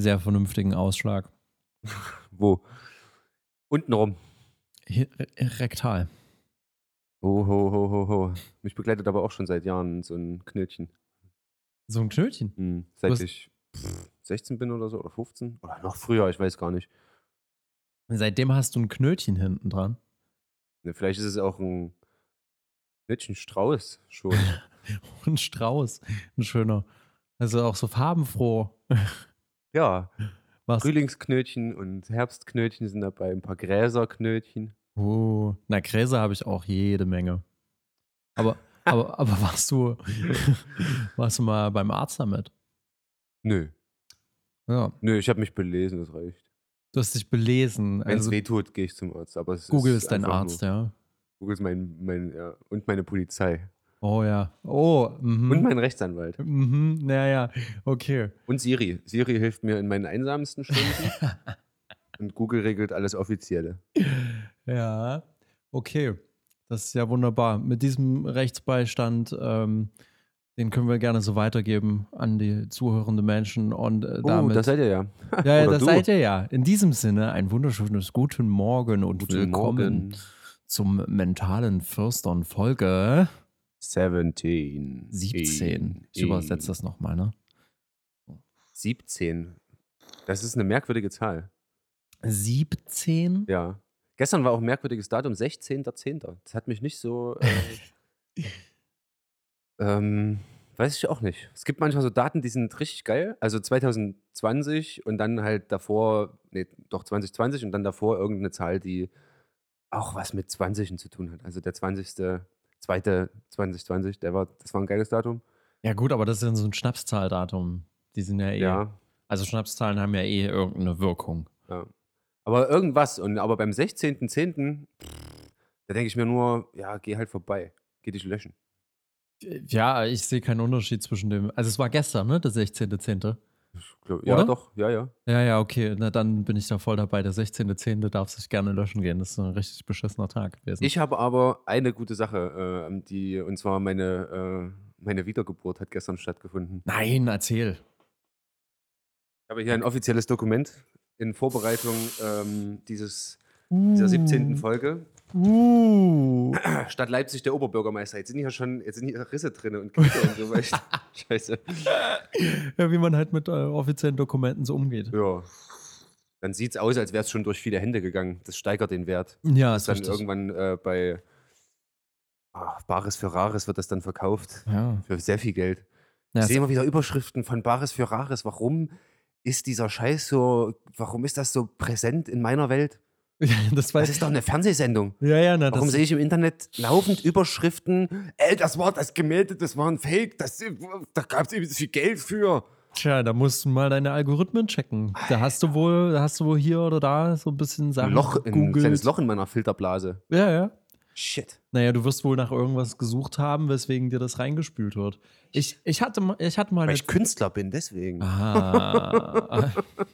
sehr vernünftigen Ausschlag. Wo? Untenrum. Rektal. Ho. Mich begleitet aber auch schon seit Jahren so ein Knötchen. So ein Knötchen? Seit ich 16 bin oder so, oder 15. Oder noch früher, ich weiß gar nicht. Seitdem hast du ein Knötchen hinten dran. Ne, vielleicht ist es auch ein Knötchenstrauß schon. Ein Strauß. Ein schöner. Also auch so farbenfroh. Ja. Was? Frühlingsknötchen und Herbstknötchen sind dabei, ein paar Gräserknötchen. Na, Gräser habe ich auch jede Menge. Aber warst du mal beim Arzt damit? Nö. Ja. Nö, ich habe mich belesen, das reicht. Du hast dich belesen. Wenn es Also wehtut, gehe ich zum Arzt. Aber Google ist dein Arzt, ja. Google ist ja, und meine Polizei. Oh ja. Oh, Und mein Rechtsanwalt. Naja, okay. Und Siri. Siri hilft mir in meinen einsamsten Stunden. Und Google regelt alles Offizielle. Ja, okay. Das ist ja wunderbar. Mit diesem Rechtsbeistand, den können wir gerne so weitergeben an die zuhörenden Menschen. Und damit. Das seid ihr ja. Ja, Oder das du. seid ihr ja. In diesem Sinne ein wunderschönes Guten Morgen und Guten willkommen Morgen. zum mentalen Fürstern Folge 17. Ich übersetze das nochmal, ne? 17. Das ist eine merkwürdige Zahl. 17? Ja. Gestern war auch ein merkwürdiges Datum, 16.10. Das hat mich nicht so. Weiß ich auch nicht. Es gibt manchmal so Daten, die sind richtig geil. Also 2020 und dann halt davor, 2020 und dann davor irgendeine Zahl, die auch was mit 20 zu tun hat. Also der 20.02.2020, das war ein geiles Datum. Ja, gut, aber das ist ja so ein Schnapszahldatum. Die sind ja eh. Ja. Also Schnapszahlen haben ja eh irgendeine Wirkung. Ja. Aber irgendwas. Aber beim 16.10., da denke ich mir nur, ja, geh halt vorbei. Geh dich löschen. Ja, ich sehe keinen Unterschied zwischen dem. Also es war gestern, ne? Der 16.10. Ja, Oder? doch, ja. Ja, okay. Na, dann bin ich da voll dabei. Der 16.10. darf sich gerne löschen gehen. Das ist ein richtig beschissener Tag gewesen. Ich habe aber eine gute Sache, und zwar meine Wiedergeburt hat gestern stattgefunden. Nein, erzähl. Ich habe hier ein offizielles Dokument in Vorbereitung dieser 17. Folge. Stadt Leipzig, der Oberbürgermeister. Jetzt sind hier Risse drin und Knitter und so. Scheiße. Ja, wie man halt mit offiziellen Dokumenten so umgeht. Ja. Dann sieht es aus, als wäre es schon durch viele Hände gegangen. Das steigert den Wert. Ja, das ist dann richtig. irgendwann bei Bares für Rares wird das dann verkauft. Ja. Für sehr viel Geld. Ja, ich sehe immer wieder Überschriften von Bares für Rares. Warum ist dieser Scheiß warum ist das so präsent in meiner Welt? Das ist doch eine Fernsehsendung. Ja, Warum sehe ich im Internet laufend Überschriften? Das Gemälde, das war ein Fake, da gab es viel Geld für. Tja, da musst du mal deine Algorithmen checken. Da hast du wohl hier oder da so ein bisschen Sachen Ein kleines Loch in meiner Filterblase. Ja. Shit. Naja, du wirst wohl nach irgendwas gesucht haben, weswegen dir das reingespült wird. Ich hatte mal. Weil ich Künstler bin, deswegen. Aha.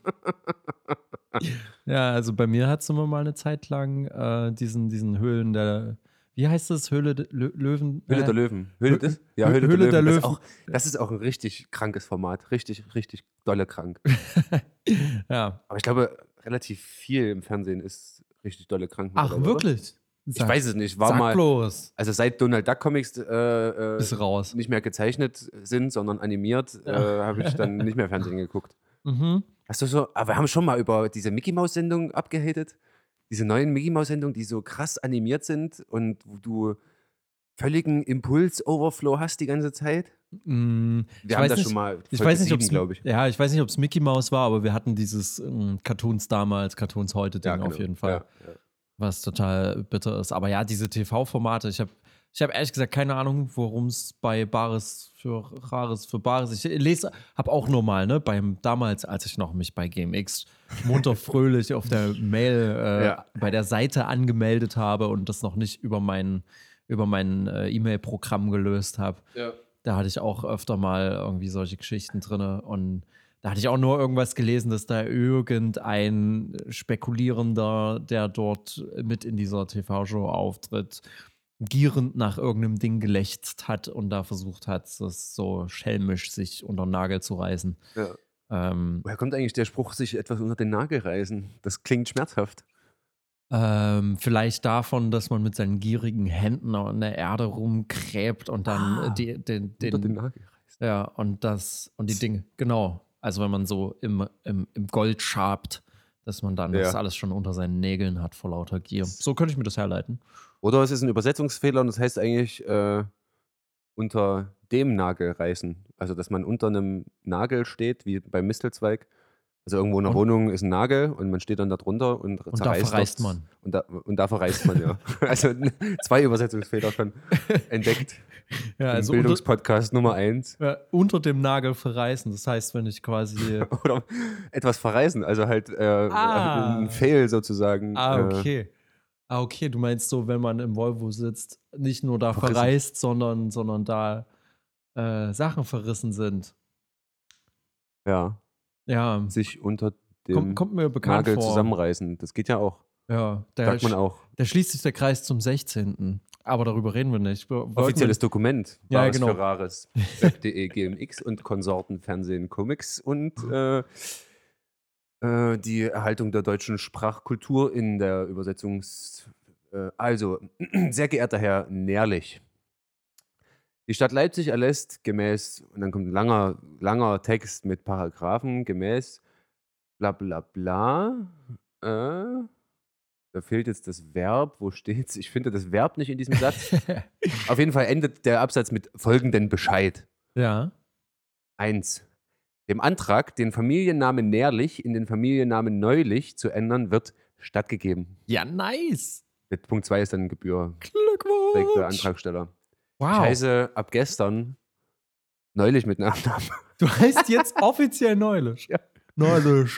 Ja, also bei mir hat es immer mal eine Zeit lang diesen Höhlen der. Wie heißt das? Höhle der Löwen? Höhle der Löwen. Höhle der Löwen. Das ist auch ein richtig krankes Format. Richtig, richtig dolle krank. Ja. Aber ich glaube, relativ viel im Fernsehen ist richtig dolle krank. Ach, wirklich? Ich weiß es nicht. Sag bloß. Also seit Donald Duck Comics Bist raus. nicht mehr gezeichnet sind, sondern animiert, habe ich dann nicht mehr Fernsehen geguckt. Hast du aber wir haben schon mal über diese Mickey-Maus-Sendung abgehatet. Diese neuen Mickey-Maus-Sendungen, die so krass animiert sind und wo du völligen Impuls-Overflow hast die ganze Zeit. Wir haben das schon mal Folge 7, glaube ich. Ja, ich weiß nicht, ob es Mickey Maus war, aber wir hatten dieses Cartoons damals, Cartoons heute Ding auf jeden Fall. Ja. Was total bitter ist. Aber ja, diese TV-Formate, ich hab ehrlich gesagt keine Ahnung, worum es bei Bares für Rares für Bares. Ich habe auch nur mal, ne, damals, als ich noch mich bei GameX munter fröhlich auf der Mail bei der Seite angemeldet habe und das noch nicht über mein E-Mail-Programm gelöst habe. Ja. Da hatte ich auch öfter mal irgendwie solche Geschichten drin und da hatte ich auch nur irgendwas gelesen, dass da irgendein Spekulierender, der dort mit in dieser TV-Show auftritt, gierend nach irgendeinem Ding gelächzt hat und da versucht hat, das so schelmisch sich unter den Nagel zu reißen. Ja. Woher kommt eigentlich der Spruch, sich etwas unter den Nagel reißen? Das klingt schmerzhaft. Vielleicht davon, dass man mit seinen gierigen Händen an der Erde rumgräbt und dann unter den Nagel reißt. Ja, und die Dinge, genau. Also wenn man so im Gold schabt, dass man dann das alles schon unter seinen Nägeln hat vor lauter Gier. So könnte ich mir das herleiten. Oder es ist ein Übersetzungsfehler und das heißt eigentlich unter dem Nagel reißen. Also dass man unter einem Nagel steht, wie beim Mistelzweig. Also irgendwo in der Wohnung ist ein Nagel und man steht dann da drunter und zerreißt da verreist man. Und da verreist man, ja. Also 2 Übersetzungsfehler schon entdeckt. Ja, also Bildungspodcast Nummer 1. Unter dem Nagel verreißen. Das heißt, wenn ich quasi Oder etwas verreißen, also halt ein Fail sozusagen. Okay. Okay, du meinst so, wenn man im Volvo sitzt, nicht nur da verreist, sondern da Sachen verrissen sind. Ja. Ja. Sich unter dem kommt mir bekannt Nagel vor. zusammenreißen. Das geht ja auch. Ja, sagt man auch. Da schließt sich der Kreis zum 16. Aber darüber reden wir nicht. Offizielles Dokument. Ja, genau. Für Rares. Web.de, GMX und Konsorten, Fernsehen, Comics und die Erhaltung der deutschen Sprachkultur in der also, sehr geehrter Herr Nährlich. Die Stadt Leipzig erlässt gemäß, und dann kommt ein langer Text mit Paragraphen, gemäß bla bla bla. Da fehlt jetzt das Verb. Wo steht's? Ich finde das Verb nicht in diesem Satz. Auf jeden Fall endet der Absatz mit folgenden Bescheid. Ja. 1. Dem Antrag, den Familiennamen Nährlich in den Familiennamen Neulich zu ändern, wird stattgegeben. Ja, nice. Mit Punkt 2 ist dann Gebühr. Glückwunsch. Trägt der Antragsteller. Wow. Ich heiße ab gestern Neulich mit Nachnamen. Du heißt jetzt offiziell Neulich. Ja. Neulich.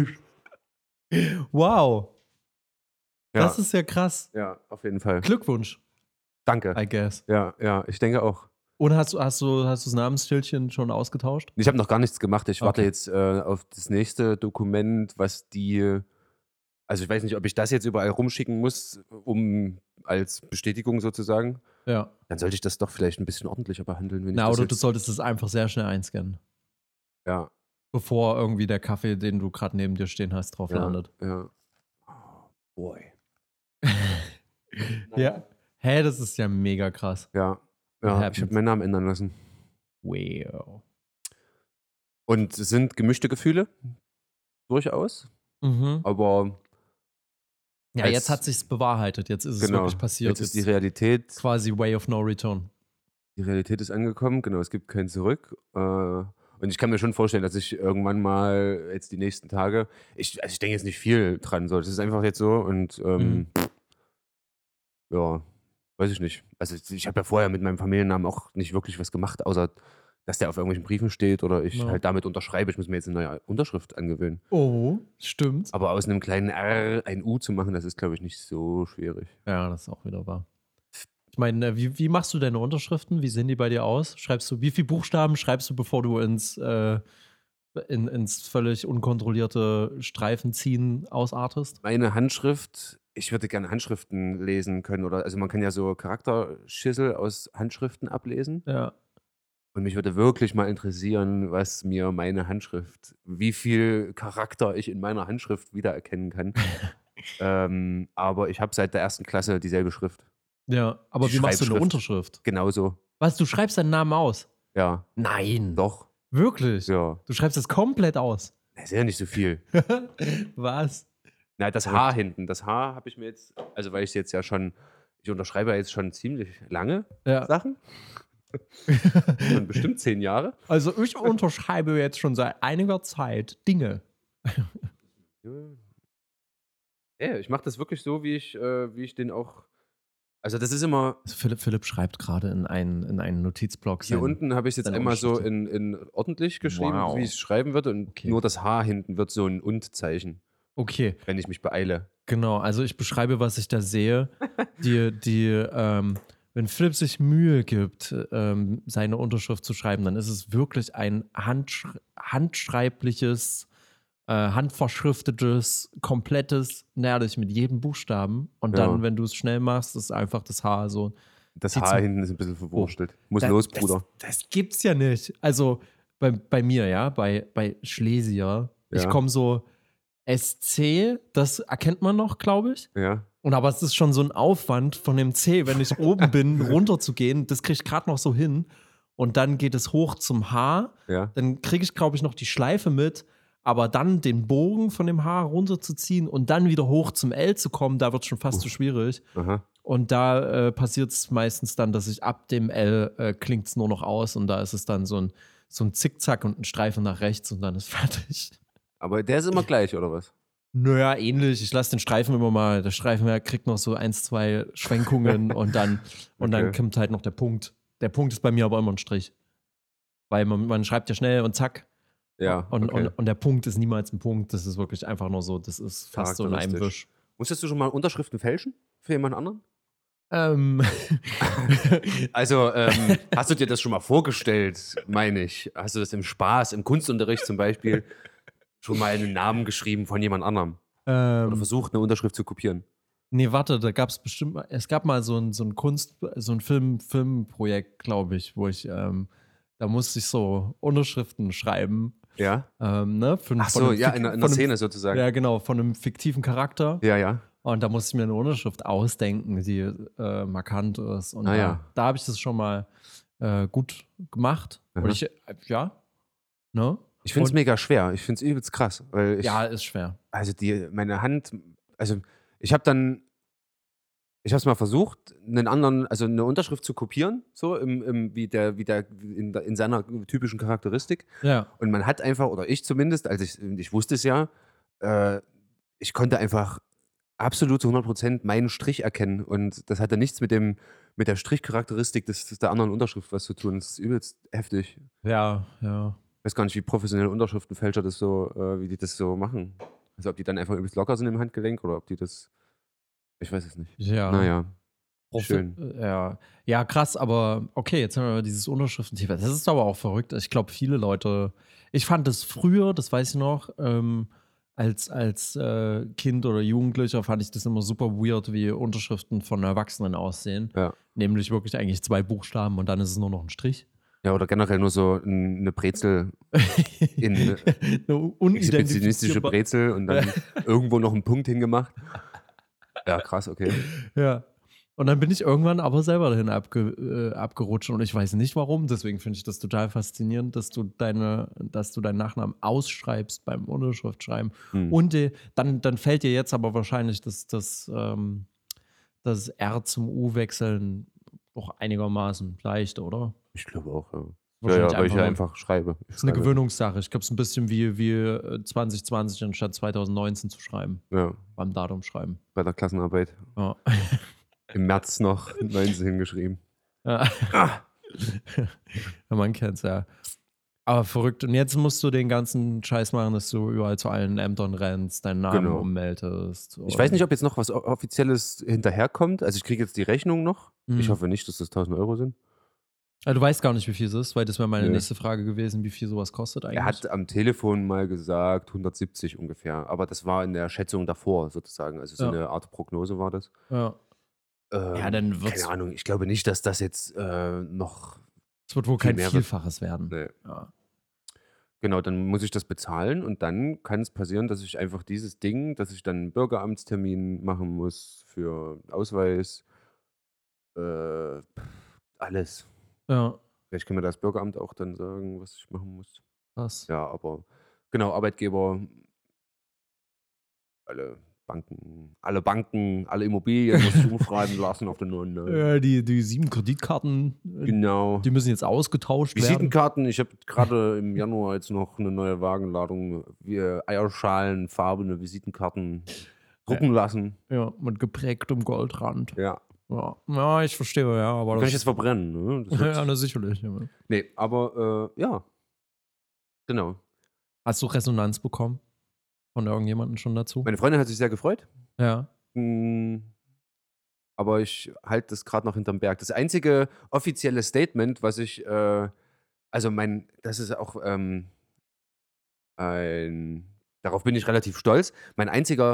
Wow. Ja. Das ist ja krass. Ja, auf jeden Fall. Glückwunsch. Danke. I guess. Ja, ich denke auch. Und hast du das Namensschildchen schon ausgetauscht? Ich habe noch gar nichts gemacht. Ich warte jetzt auf das nächste Dokument, was also ich weiß nicht, ob ich das jetzt überall rumschicken muss, als Bestätigung sozusagen. Ja. Dann sollte ich das doch vielleicht ein bisschen ordentlicher behandeln. Oder du solltest es einfach sehr schnell einscannen. Ja. Bevor irgendwie der Kaffee, den du gerade neben dir stehen hast, drauf landet. Ja. Oh, boy. Ja. Hä, das ist ja mega krass. Ja, ich habe meinen Namen ändern lassen. Wow. Und es sind gemischte Gefühle, durchaus. Aber ja, jetzt hat sich's bewahrheitet. Jetzt ist es wirklich passiert. Jetzt ist die Realität quasi way of no return. Die Realität ist angekommen, genau, es gibt kein Zurück. Und ich kann mir schon vorstellen, dass ich irgendwann mal jetzt die nächsten Tage, ich denke jetzt nicht viel dran, so. Das ist einfach jetzt so und ja, weiß ich nicht. Also ich habe ja vorher mit meinem Familiennamen auch nicht wirklich was gemacht, außer dass der auf irgendwelchen Briefen steht oder ich halt damit unterschreibe. Ich muss mir jetzt eine neue Unterschrift angewöhnen. Oh, stimmt. Aber aus einem kleinen R ein U zu machen, das ist, glaube ich, nicht so schwierig. Ja, das ist auch wieder wahr. Ich meine, wie machst du deine Unterschriften? Wie sehen die bei dir aus? Wie viele Buchstaben schreibst du, bevor du ins völlig unkontrollierte Streifenziehen ausartest? Meine Handschrift, ich würde gerne Handschriften lesen können. Also man kann ja so Charakterschissel aus Handschriften ablesen. Ja. Und mich würde wirklich mal interessieren, was mir meine Handschrift, wie viel Charakter ich in meiner Handschrift wiedererkennen kann. Aber ich habe seit der 1. Klasse dieselbe Schrift. Ja, aber wie machst du eine Unterschrift? Genauso. Was, du schreibst deinen Namen aus? Ja. Nein. Doch. Wirklich? Ja. Du schreibst es komplett aus? Das ist ja nicht so viel. Was? Na, das H hinten. Das H habe ich mir jetzt, also weil ich jetzt ja schon, ich unterschreibe ja jetzt schon ziemlich lange Sachen. Schon bestimmt 10 Jahre. Also ich unterschreibe jetzt schon seit einiger Zeit Dinge. Ja, ich mache das wirklich so, wie ich den auch. Also das ist immer. Also Philipp schreibt gerade in einen Notizblock. Hier unten habe ich es jetzt immer so in ordentlich geschrieben, wie ich es schreiben würde. Und nur das H hinten wird so ein Und-Zeichen. Okay. Wenn ich mich beeile. Genau, also ich beschreibe, was ich da sehe. Wenn Philipp sich Mühe gibt, seine Unterschrift zu schreiben, dann ist es wirklich ein handschreibliches, handverschriftetes, komplettes Nährlich mit jedem Buchstaben. Und dann, wenn du es schnell machst, ist einfach das H so. Das H hinten ist ein bisschen verwurstelt. Muss los, Bruder. Das gibt's ja nicht. Also, bei mir, ja, bei Schlesier. Ich Ja. komme so SC, das erkennt man noch, glaube ich. Ja. Und aber es ist schon so ein Aufwand von dem C, wenn ich oben bin, runter zu gehen. Das kriege ich gerade noch so hin. Und dann geht es hoch zum H. Ja. Dann kriege ich, glaube ich, noch die Schleife mit. Aber dann den Bogen von dem H runterzuziehen und dann wieder hoch zum L zu kommen, da wird es schon fast zu schwierig. Aha. Und da passiert es meistens dann, dass ich ab dem L klingt es nur noch aus und da ist es dann so ein Zickzack und ein Streifen nach rechts und dann ist fertig. Aber der ist immer gleich, oder was? Naja, ähnlich. Ich lasse den Streifen immer mal, der Streifen kriegt noch so 1, 2 Schwenkungen und dann Okay. kommt halt noch der Punkt. Der Punkt ist bei mir aber immer ein Strich. Weil man schreibt ja schnell und zack. Ja, Und, okay. und der Punkt ist niemals ein Punkt. Das ist wirklich einfach nur so, das ist fast so in einem Charakteristisch. Wisch. Musstest du schon mal Unterschriften fälschen für jemand anderen? Ähm, Also, hast du dir das schon mal vorgestellt, meine ich? Hast du das im Spaß, im Kunstunterricht zum Beispiel, schon mal einen Namen geschrieben von jemand anderem? Oder versucht, eine Unterschrift zu kopieren? Nee, warte, da gab es bestimmt, es gab mal so ein Filmprojekt, glaube ich, wo ich, da musste ich so Unterschriften schreiben. Ja? Ne, Ach so, ja, in einer Szene sozusagen. Ja, genau, von einem fiktiven Charakter. Ja, ja. Und da musste ich mir eine Unterschrift ausdenken, die markant ist. Und ja. da habe ich das schon mal gut gemacht. Aha. Und ich, ja, ne? Ich finde es mega schwer. Ich finde es übelst krass. Weil Ja, ist schwer. Also meine Hand, also ich habe es mal versucht, eine Unterschrift zu kopieren, so in seiner typischen Charakteristik. Ja. Und man hat einfach, oder ich zumindest, ich wusste es ja, ich konnte einfach absolut zu 100% meinen Strich erkennen. Und das hatte nichts mit der Strichcharakteristik der anderen Unterschrift was zu tun. Das ist übelst heftig. Ja, ja. Ich weiß gar nicht, wie professionelle Unterschriftenfälscher wie die das so machen. Also ob die dann einfach übelst locker sind im Handgelenk oder ob die das. Ich weiß es nicht. Ja. Naja. Schön. Ja, krass, aber okay, jetzt haben wir dieses Unterschriftenthema. Das ist aber auch verrückt. Ich glaube, viele Leute, ich fand das früher, das weiß ich noch, als Kind oder Jugendlicher fand ich das immer super weird, wie Unterschriften von Erwachsenen aussehen. Ja. Nämlich wirklich eigentlich 2 Buchstaben und dann ist es nur noch ein Strich. Ja, oder generell nur so eine Brezel, Eine exhibitionistische Brezel und dann irgendwo noch einen Punkt hingemacht. Ja, krass, okay. Ja. Und dann bin ich irgendwann aber selber dahin abgerutscht und ich weiß nicht warum. Deswegen finde ich das total faszinierend, dass du deinen Nachnamen ausschreibst beim Unterschriftschreiben. Und dann fällt dir jetzt aber wahrscheinlich das R zum U wechseln doch einigermaßen leicht, oder? Ich glaube auch, ja. Wahrscheinlich Ja, weil ich ja einfach schreibe. Das ist eine Gewöhnungssache. Ich glaube, es ist ein bisschen wie 2020 anstatt 2019 zu schreiben. Ja, Beim Datum schreiben. bei der Klassenarbeit. Ja. Im März noch 19 hingeschrieben. Ja. Ja, man kennt's ja. Aber verrückt. Und jetzt musst du den ganzen Scheiß machen, dass du überall zu allen Ämtern rennst, deinen Namen ummeldest. Ich weiß nicht, ob jetzt noch was Offizielles hinterherkommt. Also ich kriege jetzt die Rechnung noch. Ich hoffe nicht, dass das 1.000 Euro sind. Also du weißt gar nicht, wie viel es ist, weil das wäre meine nächste Frage gewesen, wie viel sowas kostet eigentlich. Er hat am Telefon mal gesagt 170 ungefähr, aber das war in der Schätzung davor sozusagen. Also so eine Art Prognose war das. Ja. Ja, dann wird's. Keine Ahnung, ich glaube nicht, dass das jetzt noch. Es wird wohl kein Vielfaches werden. Nee. Ja. Genau, dann muss ich das bezahlen und dann kann es passieren, dass ich einfach dieses Ding, dass ich dann einen Bürgeramtstermin machen muss für Ausweis, alles. Ja. Vielleicht kann mir das Bürgeramt auch dann sagen, was ich machen muss. Krass. Ja, aber genau, Arbeitgeber, alle Banken, alle Immobilien muss ich umschreiben lassen auf den neuen. Ja, die 7 Kreditkarten, Genau. die müssen jetzt ausgetauscht werden. Visitenkarten, ich habe gerade im Januar jetzt noch eine neue Wagenladung, eierschalenfarbene Visitenkarten drucken lassen. Ja, mit geprägtem Goldrand. Ja. Ja, ich verstehe, ja. Aber kann ich jetzt verbrennen, ne? Ja, sicherlich. Ja. Nee, aber ja. Genau. Hast du Resonanz bekommen? Von irgendjemandem schon dazu? Meine Freundin hat sich sehr gefreut. Ja. Aber ich halte das gerade noch hinterm Berg. Das einzige offizielle Statement, was ich, das ist auch darauf bin ich relativ stolz. Mein einziger,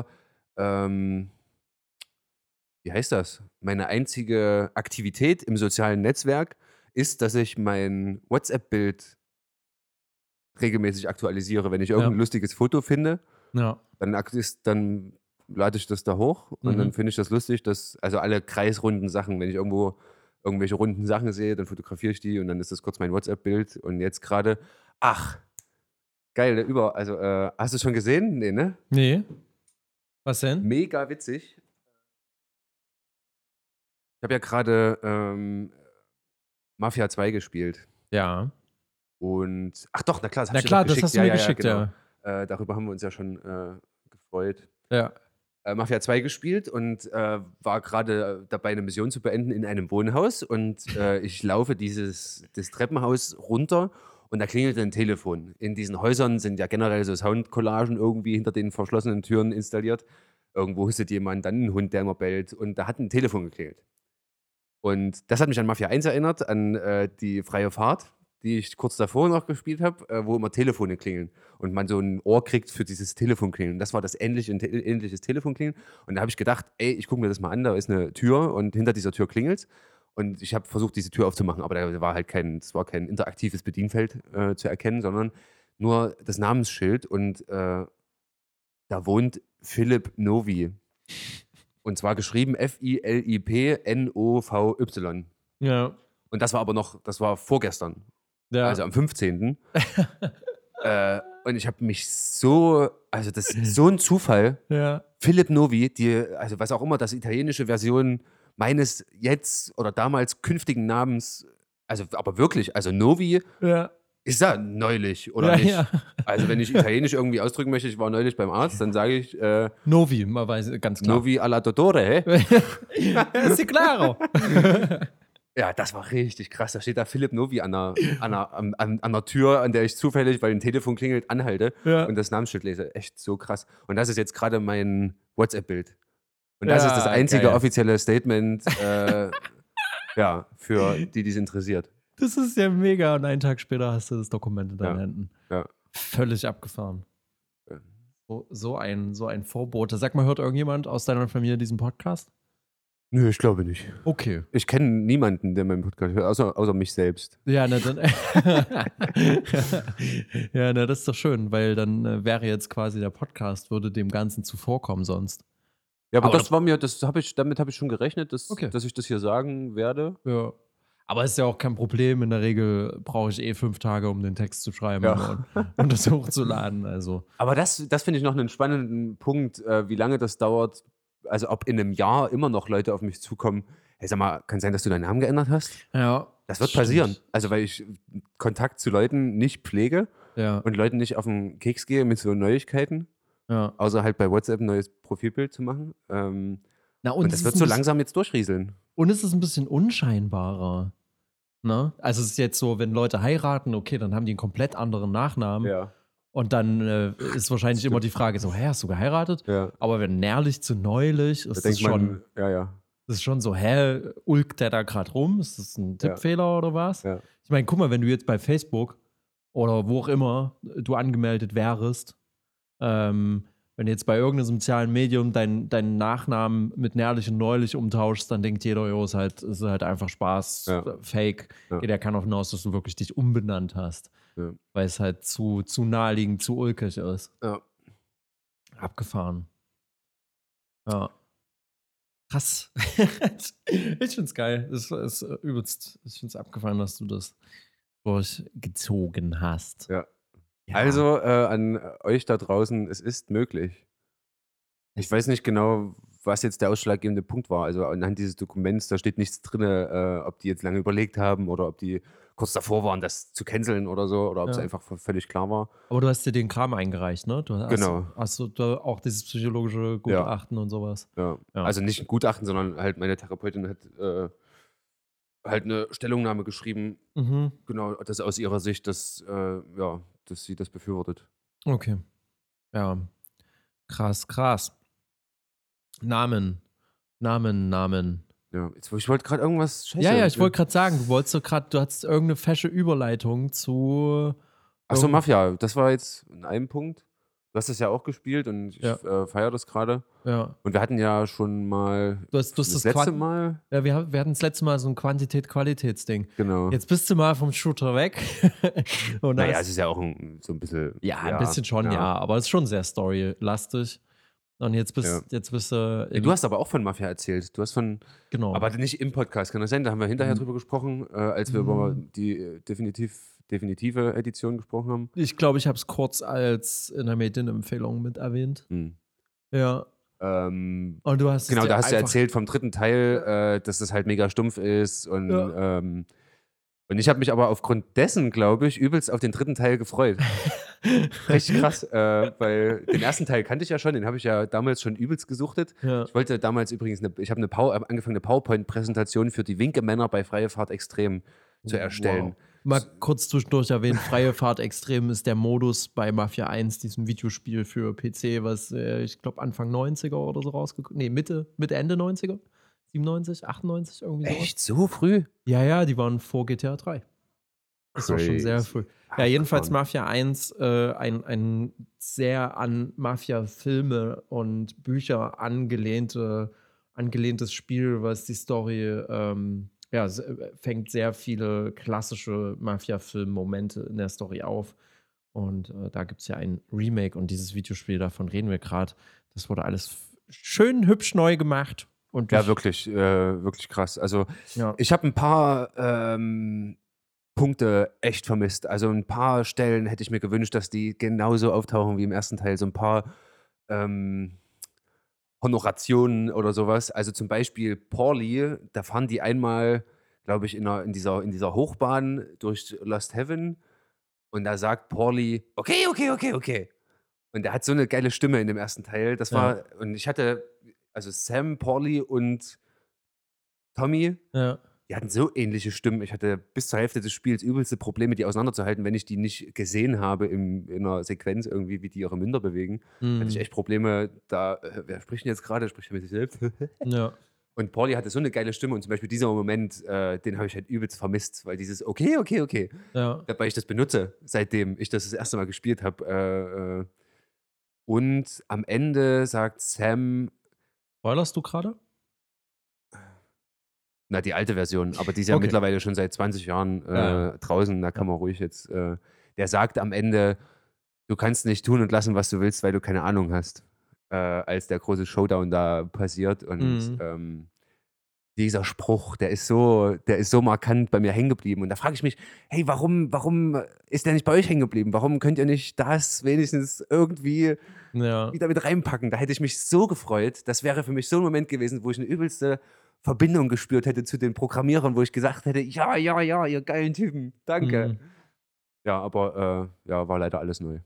wie heißt das? Meine einzige Aktivität im sozialen Netzwerk ist, dass ich mein WhatsApp-Bild regelmäßig aktualisiere. Wenn ich irgendein lustiges Foto finde, dann lade ich das da hoch und dann finde ich das lustig, also alle kreisrunden Sachen, wenn ich irgendwo irgendwelche runden Sachen sehe, dann fotografiere ich die und dann ist das kurz mein WhatsApp-Bild und jetzt gerade, geil, also hast du es schon gesehen? Nee, ne? Nee. Was denn? Mega witzig. Ich habe ja gerade Mafia 2 gespielt. Ja. Und, doch, na klar, das hast du mir geschickt, ja. Darüber haben wir uns ja schon gefreut. Ja. Mafia 2 gespielt und war gerade dabei, eine Mission zu beenden in einem Wohnhaus. Und ich laufe das Treppenhaus runter und da klingelt ein Telefon. In diesen Häusern sind ja generell so Soundcollagen irgendwie hinter den verschlossenen Türen installiert. Irgendwo hustet jemand, dann ein Hund, der immer bellt. Und da hat ein Telefon geklingelt. Und das hat mich an Mafia 1 erinnert, an die freie Fahrt, die ich kurz davor noch gespielt habe, wo immer Telefone klingeln und man so ein Ohr kriegt für dieses Telefonklingeln. Das war das ähnliches Telefonklingeln. Und da habe ich gedacht, ich gucke mir das mal an, da ist eine Tür und hinter dieser Tür klingelt. Und ich habe versucht, diese Tür aufzumachen, aber da war halt kein interaktives Bedienfeld zu erkennen, sondern nur das Namensschild. Und da wohnt Philipp Novi. Und zwar geschrieben Philipnovy. Ja. Und das war vorgestern. Ja. Also am 15. Und ich habe mich das ist so ein Zufall. Ja. Philipp Novi, also was auch immer das italienische Version meines jetzt oder damals künftigen Namens, also aber wirklich, also Novi ist da neulich oder nicht. Ja. Also wenn ich italienisch irgendwie ausdrücken möchte, ich war neulich beim Arzt, dann sage ich Novi, man weiß ganz klar. Novi alla dottore, Sì, claro. Ja, das war richtig krass. Da steht da Philipp Novi an der Tür, an der ich zufällig, weil ein Telefon klingelt, anhalte und das Namensschild lese. Echt so krass. Und das ist jetzt gerade mein WhatsApp-Bild. Und das ist das einzige offizielle Statement für die es interessiert. Das ist ja mega. Und einen Tag später hast du das Dokument in deinen Händen. Ja. Völlig abgefahren. Ja. So ein Vorbote. Sag mal, hört irgendjemand aus deiner Familie diesen Podcast? Nö, ich glaube nicht. Okay. Ich kenne niemanden, der meinen Podcast hört, außer mich selbst. Ja, dann. Ja, das ist doch schön, weil dann wäre jetzt quasi der Podcast, würde dem Ganzen zuvorkommen sonst. Ja, aber damit habe ich schon gerechnet, dass ich das hier sagen werde. Ja. Aber ist ja auch kein Problem. In der Regel brauche ich 5 Tage, um den Text zu schreiben und das hochzuladen. Also. Aber das finde ich noch einen spannenden Punkt, wie lange das dauert. Also ob in einem Jahr immer noch Leute auf mich zukommen, hey, sag mal, kann sein, dass du deinen Namen geändert hast? Ja. Das wird passieren. Also weil ich Kontakt zu Leuten nicht pflege und Leuten nicht auf den Keks gehe mit so Neuigkeiten. Ja. Außer halt bei WhatsApp ein neues Profilbild zu machen. Und das wird so langsam jetzt durchrieseln. Und es ist ein bisschen unscheinbarer. Ne? Also es ist jetzt so, wenn Leute heiraten, okay, dann haben die einen komplett anderen Nachnamen. Ja. Und dann ist wahrscheinlich immer die Frage so, hast du geheiratet? Ja. Aber wenn nährlich zu neulich, ist das schon, das ist schon so, ulkt der da gerade rum? Ist das ein Tippfehler oder was? Ja. Ich meine, guck mal, wenn du jetzt bei Facebook oder wo auch immer du angemeldet wärst, wenn du jetzt bei irgendeinem sozialen Medium deinen Nachnamen mit nährlich und neulich umtauschst, dann denkt jeder, ist halt einfach Spaß, Fake. Ja. Jeder kann auch hinaus, dass du wirklich dich umbenannt hast. Ja. Weil es halt zu naheliegend, zu ulkig ist. Ja. Abgefahren. Ja. Krass. Ich find's geil. Es ist übelst. Ich find's abgefahren, dass du das durchgezogen hast. Ja. Also an euch da draußen, es ist möglich. Ich weiß nicht genau, was jetzt der ausschlaggebende Punkt war. Also anhand dieses Dokuments, da steht nichts drin, ob die jetzt lange überlegt haben oder ob die kurz davor waren, das zu canceln oder so, oder ob es einfach völlig klar war. Aber du hast dir den Kram eingereicht, ne? Hast du da auch dieses psychologische Gutachten und sowas? Ja. Also nicht ein Gutachten, sondern halt meine Therapeutin hat halt eine Stellungnahme geschrieben, genau, das aus ihrer Sicht, dass sie das befürwortet. Okay. Ja. Krass. Namen. Ja, ich wollte gerade irgendwas scheiße. Ja, ich wollte gerade sagen, du hattest irgendeine fesche Überleitung zu. Achso, Mafia, das war jetzt in einem Punkt. hast das ja auch gespielt und ich Ja. feiere das gerade. Ja. Und wir hatten ja schon mal Du hast das das letzte Mal. Ja, wir hatten das letzte Mal so ein Quantität-Qualitätsding. Genau. Jetzt bist du mal vom Shooter weg und Naja, es hast ist ja auch so ein bisschen. ja, ein bisschen schon, ja, aber es ist schon sehr storylastig. Und jetzt Ja. bist du Du hast aber auch von Mafia erzählt. Du hast von. genau. Aber nicht im Podcast, kann das sein? Da haben wir hinterher drüber gesprochen, als wir über die definitive Edition gesprochen haben. Ich glaube, ich habe es kurz als in der Medienempfehlung mit erwähnt. Ja. Und du hast es Genau, dir da hast du einfach erzählt vom dritten Teil, dass das halt mega stumpf ist. Und ich habe mich aber aufgrund dessen, glaube ich, übelst auf den dritten Teil gefreut. Richtig krass, weil den ersten Teil kannte ich ja schon, den habe ich ja damals schon übelst gesuchtet. Ja. Ich wollte damals übrigens, ich habe angefangen, eine PowerPoint-Präsentation für die Winkemänner bei Freie Fahrt Extrem zu erstellen. Wow. Mal kurz zwischendurch erwähnt, Freie Fahrt Extrem ist der Modus bei Mafia 1, diesem Videospiel für PC, was ich glaube Anfang 90er oder so rausgekommen. Nee, Mitte, Ende 90er? 97, 98, irgendwie so. Echt so früh? Ja, die waren vor GTA 3. Das war schon sehr früh. Ja, jedenfalls Mafia 1, ein sehr an Mafia-Filme und Bücher angelehntes Spiel, was die Story fängt sehr viele klassische Mafia-Film-Momente in der Story auf. Und da gibt es ja ein Remake und dieses Videospiel, davon reden wir gerade. Das wurde alles schön hübsch neu gemacht. Und ja, wirklich krass. Also, ja. ich habe ein paar Punkte echt vermisst. Also ein paar Stellen hätte ich mir gewünscht, dass die genauso auftauchen wie im ersten Teil. So ein paar Honorationen oder sowas. Also zum Beispiel Paulie, da fahren die einmal, glaube ich, in dieser Hochbahn durch Lost Heaven und da sagt Paulie, okay. Und der hat so eine geile Stimme in dem ersten Teil. Das war, und ich hatte, also Sam, Paulie und Tommy, Ja. die hatten so ähnliche Stimmen. Ich hatte bis zur Hälfte des Spiels übelste Probleme, die auseinanderzuhalten, wenn ich die nicht gesehen habe in einer Sequenz irgendwie, wie die ihre Münder bewegen. Hatte ich echt Probleme, wer spricht denn jetzt gerade? Spricht er mit sich selbst? Ja. Und Pauli hatte so eine geile Stimme und zum Beispiel dieser Moment, den habe ich halt übelst vermisst, weil dieses okay. Ja. Weil ich das benutze, seitdem ich das erste Mal gespielt habe. Und am Ende sagt Sam. Spoilerst du gerade? Na, die alte Version, aber die ist ja Okay. mittlerweile schon seit 20 Jahren Ja. draußen, da kann man ruhig jetzt. Der sagt am Ende, du kannst nicht tun und lassen, was du willst, weil du keine Ahnung hast, als der große Showdown da passiert. Und dieser Spruch, der ist so markant bei mir hängen geblieben. Und da frage ich mich, hey, warum ist der nicht bei euch hängen geblieben? Warum könnt ihr nicht das wenigstens irgendwie wieder mit reinpacken? Da hätte ich mich so gefreut. Das wäre für mich so ein Moment gewesen, wo ich eine übelste Verbindung gespürt hätte zu den Programmierern, wo ich gesagt hätte, ja, ihr geilen Typen, danke. Ja, aber war leider alles neu.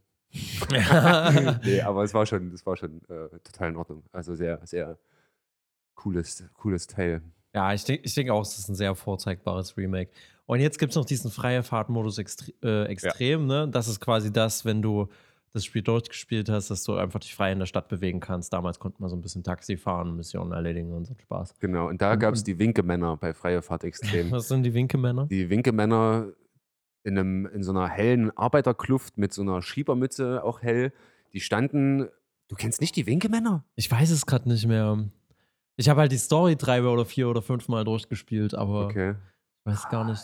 Nee, aber das war schon total in Ordnung. Also sehr, sehr cooles Teil. Ja, ich denke auch, es ist ein sehr vorzeigbares Remake. Und jetzt gibt es noch diesen freie Fahrtmodus extrem, ne? Das ist quasi das, wenn du das Spiel durchgespielt hast, dass du einfach dich frei in der Stadt bewegen kannst. Damals konnte man so ein bisschen Taxi fahren, Missionen erledigen und so Spaß. Genau, und da gab es die Winkemänner bei Freie Fahrt Extrem. Was sind die Winkemänner? Die Winkemänner in so einer hellen Arbeiterkluft mit so einer Schiebermütze, auch hell. Die standen. Du kennst nicht die Winkemänner? Ich weiß es gerade nicht mehr. Ich habe halt die Story 3 oder 4 oder 5 Mal durchgespielt, aber okay. Ich weiß gar nicht.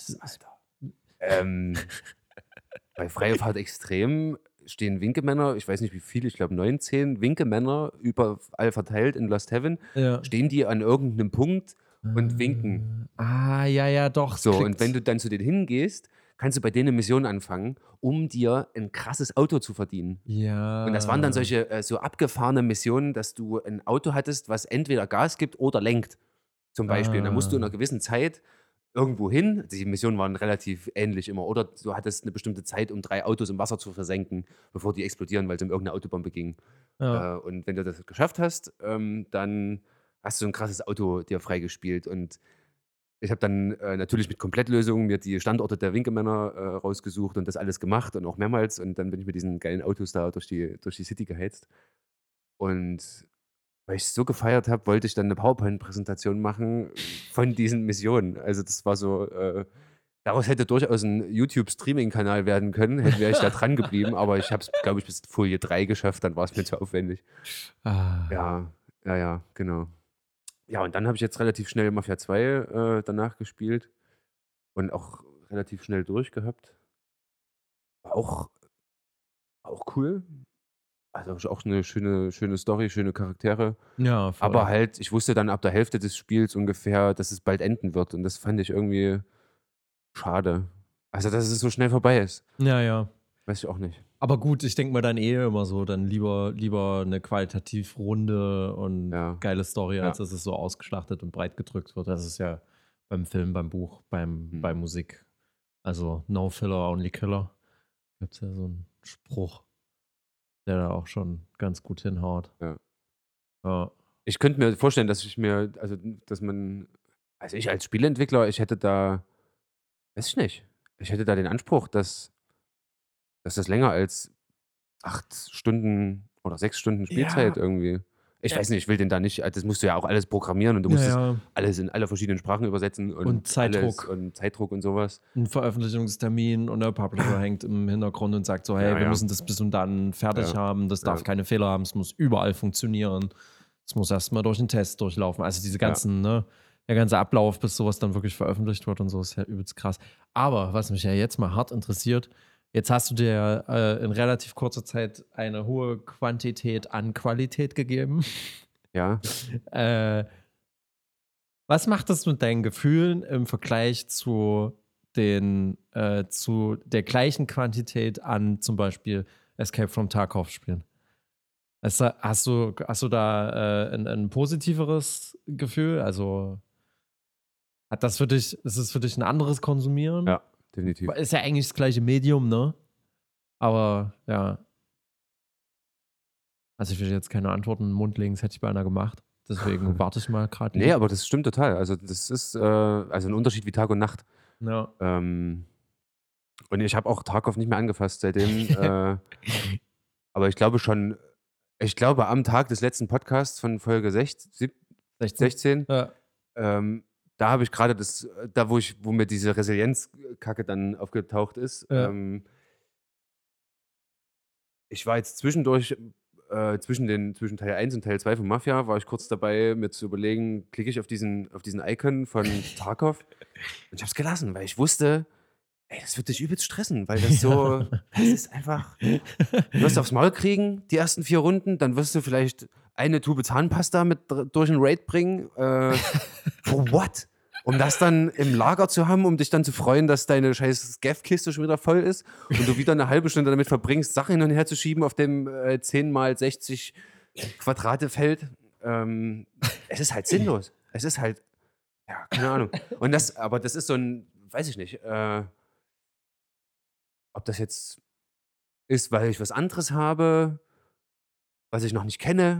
Alter. Bei Freie Fahrt Extrem stehen Winkemänner, ich weiß nicht wie viele, ich glaube 19 Winkemänner überall verteilt in Lost Heaven. Ja. Stehen die an irgendeinem Punkt und winken. Ja, doch. So, und wenn du dann zu denen hingehst, kannst du bei denen eine Mission anfangen, um dir ein krasses Auto zu verdienen. Ja. Und das waren dann solche so abgefahrene Missionen, dass du ein Auto hattest, was entweder Gas gibt oder lenkt, zum Beispiel. Und dann musst du in einer gewissen Zeit irgendwo hin. Die Missionen waren relativ ähnlich immer. Oder du hattest eine bestimmte Zeit, um 3 Autos im Wasser zu versenken, bevor die explodieren, weil es um irgendeine Autobombe ging. Ja. Und wenn du das geschafft hast, dann hast du ein krasses Auto dir freigespielt. Und ich habe dann natürlich mit Komplettlösungen mir die Standorte der Winkemänner rausgesucht und das alles gemacht und auch mehrmals. Und dann bin ich mit diesen geilen Autos da durch die City geheizt. Und weil ich es so gefeiert habe, wollte ich dann eine PowerPoint-Präsentation machen von diesen Missionen. Also das war so, Daraus hätte durchaus ein YouTube-Streaming-Kanal werden können, wäre ich da dran geblieben, aber ich habe es, glaube ich, bis Folie 3 geschafft, dann war es mir zu aufwendig. Ja, genau. Ja, und dann habe ich jetzt relativ schnell Mafia 2 danach gespielt und auch relativ schnell durchgehabt. War auch cool. Also auch eine schöne Story, schöne Charaktere. Ja, voll. Aber halt, ich wusste dann ab der Hälfte des Spiels ungefähr, dass es bald enden wird. Und das fand ich irgendwie schade. Also, dass es so schnell vorbei ist. Ja. Weiß ich auch nicht. Aber gut, ich denke mal dann immer so, dann lieber eine qualitativ runde und Ja. geile Story, als Ja. dass es so ausgeschlachtet und breit gedrückt wird. Das ist ja beim Film, beim Buch, bei Musik. Also no filler, only killer. Gibt es ja so einen Spruch, der da auch schon ganz gut hinhaut. Ja. Ich könnte mir vorstellen, dass ich als Spieleentwickler, ich hätte da, weiß ich nicht, ich hätte da den Anspruch, dass das länger als 8 Stunden oder 6 Stunden Spielzeit irgendwie. Ich weiß nicht, ich will den da nicht, das musst du ja auch alles programmieren und du musst es alles in alle verschiedenen Sprachen übersetzen Und Zeitdruck. und Zeitdruck und sowas. Ein Veröffentlichungstermin und der Publisher hängt im Hintergrund und sagt so, hey, wir müssen das bis und dann fertig haben, das darf keine Fehler haben, es muss überall funktionieren, es muss erstmal durch einen Test durchlaufen. Also diese ganzen, der ganze Ablauf, bis sowas dann wirklich veröffentlicht wird und so, ist ja übelst krass. Aber was mich ja jetzt mal hart interessiert, jetzt hast du dir in relativ kurzer Zeit eine hohe Quantität an Qualität gegeben. Ja. Was macht das mit deinen Gefühlen im Vergleich zu der gleichen Quantität an zum Beispiel Escape from Tarkov Spielen? Hast du da ein positiveres Gefühl? Also ist es für dich ein anderes Konsumieren? Ja, definitiv. Ist ja eigentlich das gleiche Medium, ne? Aber ja. Also ich will jetzt keine Antworten in den Mund legen, das hätte ich beinahe gemacht. Deswegen warte ich mal gerade. Nee, aber das stimmt total. Also das ist ein Unterschied wie Tag und Nacht. Ja. Und ich habe auch Tarkov nicht mehr angefasst seitdem. Aber ich glaube am Tag des letzten Podcasts von Folge 16, Ja. da habe ich gerade wo mir diese Resilienzkacke dann aufgetaucht ist. Ja. Ich war jetzt zwischendurch, zwischen Teil 1 und Teil 2 von Mafia, war ich kurz dabei, mir zu überlegen, klicke ich auf diesen Icon von Tarkov. Und ich habe es gelassen, weil ich wusste, ey, das wird dich übelst stressen, weil das ist einfach, du wirst aufs Maul kriegen, die ersten 4 Runden, dann wirst du vielleicht eine Tube Zahnpasta durch einen Raid bringen. For what? Um das dann im Lager zu haben, um dich dann zu freuen, dass deine scheiß Scav-Kiste schon wieder voll ist und du wieder eine halbe Stunde damit verbringst, Sachen hin und her zu schieben auf dem 10x60 Quadrate Feld. Es ist halt sinnlos. Es ist halt, ja, keine Ahnung. Aber das ist so ein, weiß ich nicht, ob das jetzt ist, weil ich was anderes habe, was ich noch nicht kenne,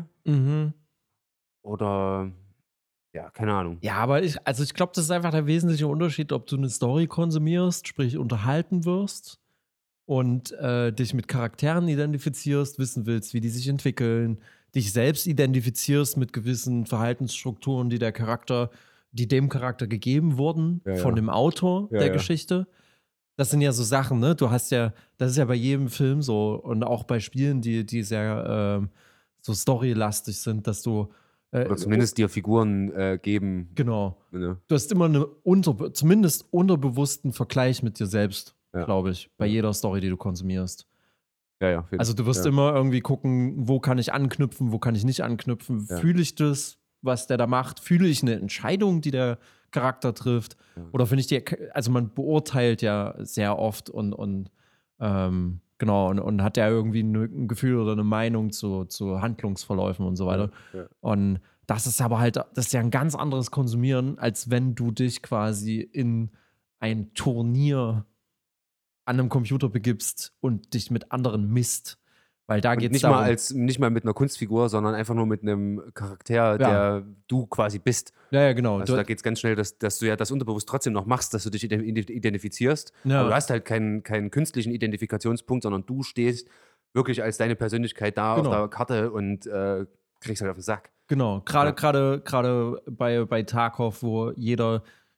oder ja, keine Ahnung. Ja, aber ich glaube, das ist einfach der wesentliche Unterschied, ob du eine Story konsumierst, sprich unterhalten wirst und dich mit Charakteren identifizierst, wissen willst, wie die sich entwickeln, dich selbst identifizierst mit gewissen Verhaltensstrukturen, die dem Charakter gegeben wurden von dem Autor der Geschichte. Das sind ja so Sachen, ne? Das ist ja bei jedem Film so und auch bei Spielen, die sehr so storylastig sind, dass du oder zumindest dir Figuren geben. Genau. Ne? Du hast immer zumindest unterbewussten Vergleich mit dir selbst, glaube ich, bei jeder Story, die du konsumierst. Ja. Also du wirst immer irgendwie gucken, wo kann ich anknüpfen, wo kann ich nicht anknüpfen. Ja. Fühle ich das, was der da macht? Fühle ich eine Entscheidung, die der Charakter trifft? Ja. Oder finde ich also man beurteilt ja sehr oft und hat ja irgendwie ein Gefühl oder eine Meinung zu Handlungsverläufen und so weiter. Ja. Und das ist aber halt, das ist ja ein ganz anderes Konsumieren, als wenn du dich quasi in ein Turnier an einem Computer begibst und dich mit anderen misst. Weil da geht es nicht mal mit einer Kunstfigur, sondern einfach nur mit einem Charakter, der du quasi bist. Ja, genau. Also da geht es ganz schnell, dass du ja das unterbewusst trotzdem noch machst, dass du dich identifizierst. Ja. Aber du hast halt keinen künstlichen Identifikationspunkt, sondern du stehst wirklich als deine Persönlichkeit da auf der Karte und kriegst halt auf den Sack. Genau. Gerade bei Tarkov, wo jeder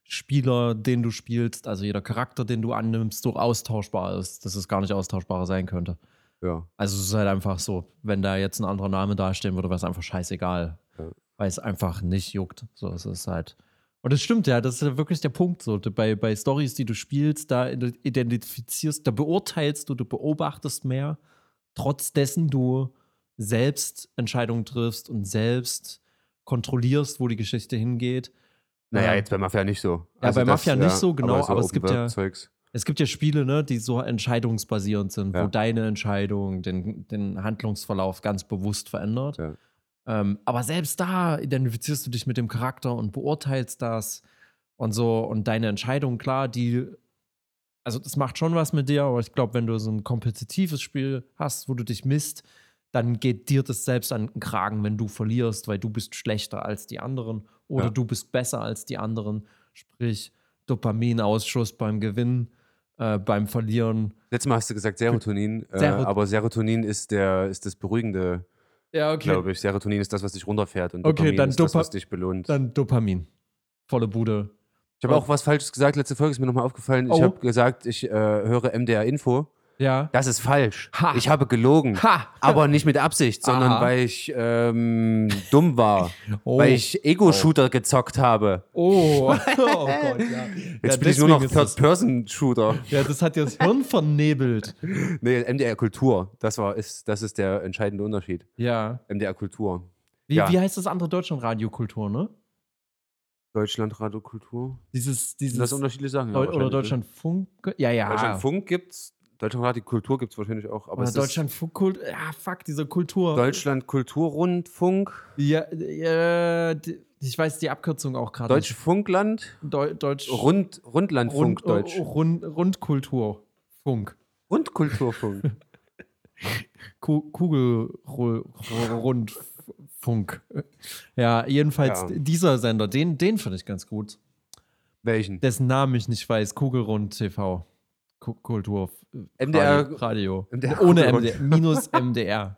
Spieler, den du spielst, also jeder Charakter, den du annimmst, so austauschbar ist, dass es gar nicht austauschbarer sein könnte. Ja. Also es ist halt einfach so, wenn da jetzt ein anderer Name dastehen würde, wäre es einfach scheißegal. Ja. Weil es einfach nicht juckt. So, es ist halt. Und das stimmt, ja, das ist ja wirklich der Punkt. So, bei Storys, die du spielst, da identifizierst, da beurteilst du beobachtest mehr, trotz dessen du selbst Entscheidungen triffst und selbst kontrollierst, wo die Geschichte hingeht. Naja, jetzt bei Mafia nicht so. Ja, Also bei Mafia nicht so, genau, aber, so aber es gibt ja. Zeugs. Es gibt ja Spiele, ne, die so entscheidungsbasierend sind, Ja. wo deine Entscheidung den Handlungsverlauf ganz bewusst verändert. Ja. Aber selbst da identifizierst du dich mit dem Charakter und beurteilst das und so. Und deine Entscheidung, klar, also das macht schon was mit dir, aber ich glaube, wenn du so ein kompetitives Spiel hast, wo du dich misst, dann geht dir das selbst an den Kragen, wenn du verlierst, weil du bist schlechter als die anderen oder du bist besser als die anderen. Sprich, Dopaminausschuss beim Gewinnen, beim Verlieren. Letztes Mal hast du gesagt Serotonin, aber Serotonin ist das Beruhigende, glaube ich. Serotonin ist das, was dich runterfährt und Dopamin dann ist das, was dich belohnt. Dann Dopamin. Volle Bude. Ich habe auch was Falsches gesagt, letzte Folge ist mir nochmal aufgefallen. Ich habe gesagt, ich höre MDR Info. Ja. Das ist falsch. Ha. Ich habe gelogen. Ha. Aber nicht mit Absicht, sondern weil ich dumm war. Weil ich Ego-Shooter gezockt habe. Oh Gott, ja. Jetzt bin ich nur noch Third-Person-Shooter. Ja, das hat dir das Hirn vernebelt. Nee, MDR Kultur. Das ist der entscheidende Unterschied. Ja. MDR Kultur. Wie heißt das andere Deutschland-Radio Kultur, ne? Deutschland-Radio Kultur? Dieses das unterschiedliche Sachen. Oder Deutschlandfunk? Ja. Deutschlandfunk gibt's. Deutschlandradio Kultur gibt es wahrscheinlich auch. Aber oder Deutschlandfunk, diese Kultur. Deutschland Kulturrundfunk. Ja, ich weiß die Abkürzung auch gerade. Deutschfunkland. Rundlandfunk Deutsch. Rundkulturfunk. Rundkulturfunk. Kugelrundfunk. Ja, jedenfalls dieser Sender, den finde ich ganz gut. Welchen? Dessen Namen ich nicht weiß. Kugelrund TV. Kultur. MDR Radio. MDR Ohne MDR. Minus MDR.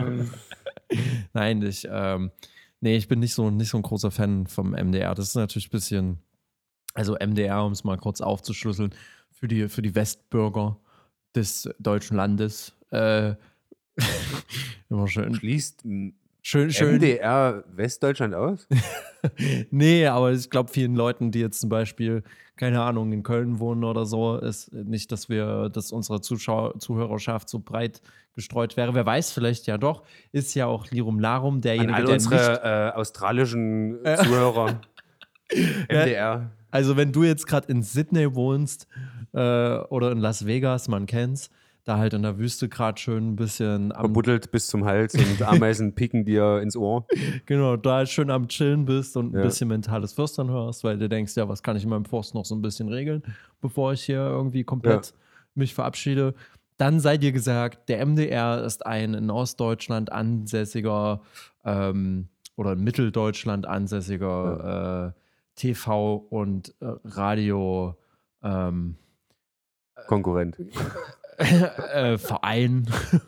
Nein, ich bin nicht so ein großer Fan vom MDR. Das ist natürlich ein bisschen, also MDR, um es mal kurz aufzuschlüsseln, für die Westbürger des deutschen Landes. Immer schön. Schließt schön. MDR Westdeutschland aus? Nee, aber ich glaube, vielen Leuten, die jetzt zum Beispiel, keine Ahnung, in Köln wohnen oder so, ist nicht, dass unsere Zuhörerschaft so breit gestreut wäre. Wer weiß, vielleicht ja doch. Ist ja auch Lirum Larum, derjenige, der unsere australischen Zuhörer. MDR. Also, wenn du jetzt gerade in Sydney wohnst oder in Las Vegas, man kennt's, da halt in der Wüste gerade schön ein bisschen verbuddelt bis zum Hals und Ameisen pieken dir ins Ohr. Genau, da halt schön am Chillen bist und ein bisschen mentales Flüstern hörst, weil du denkst, ja, was kann ich in meinem Forst noch so ein bisschen regeln, bevor ich hier irgendwie komplett mich verabschiede. Dann sei dir gesagt, der MDR ist ein in Ostdeutschland ansässiger oder in Mitteldeutschland ansässiger TV- und Radio Konkurrent. Verein.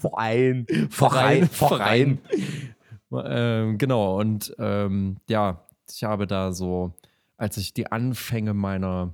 Genau, und ich habe da so, als ich die Anfänge meiner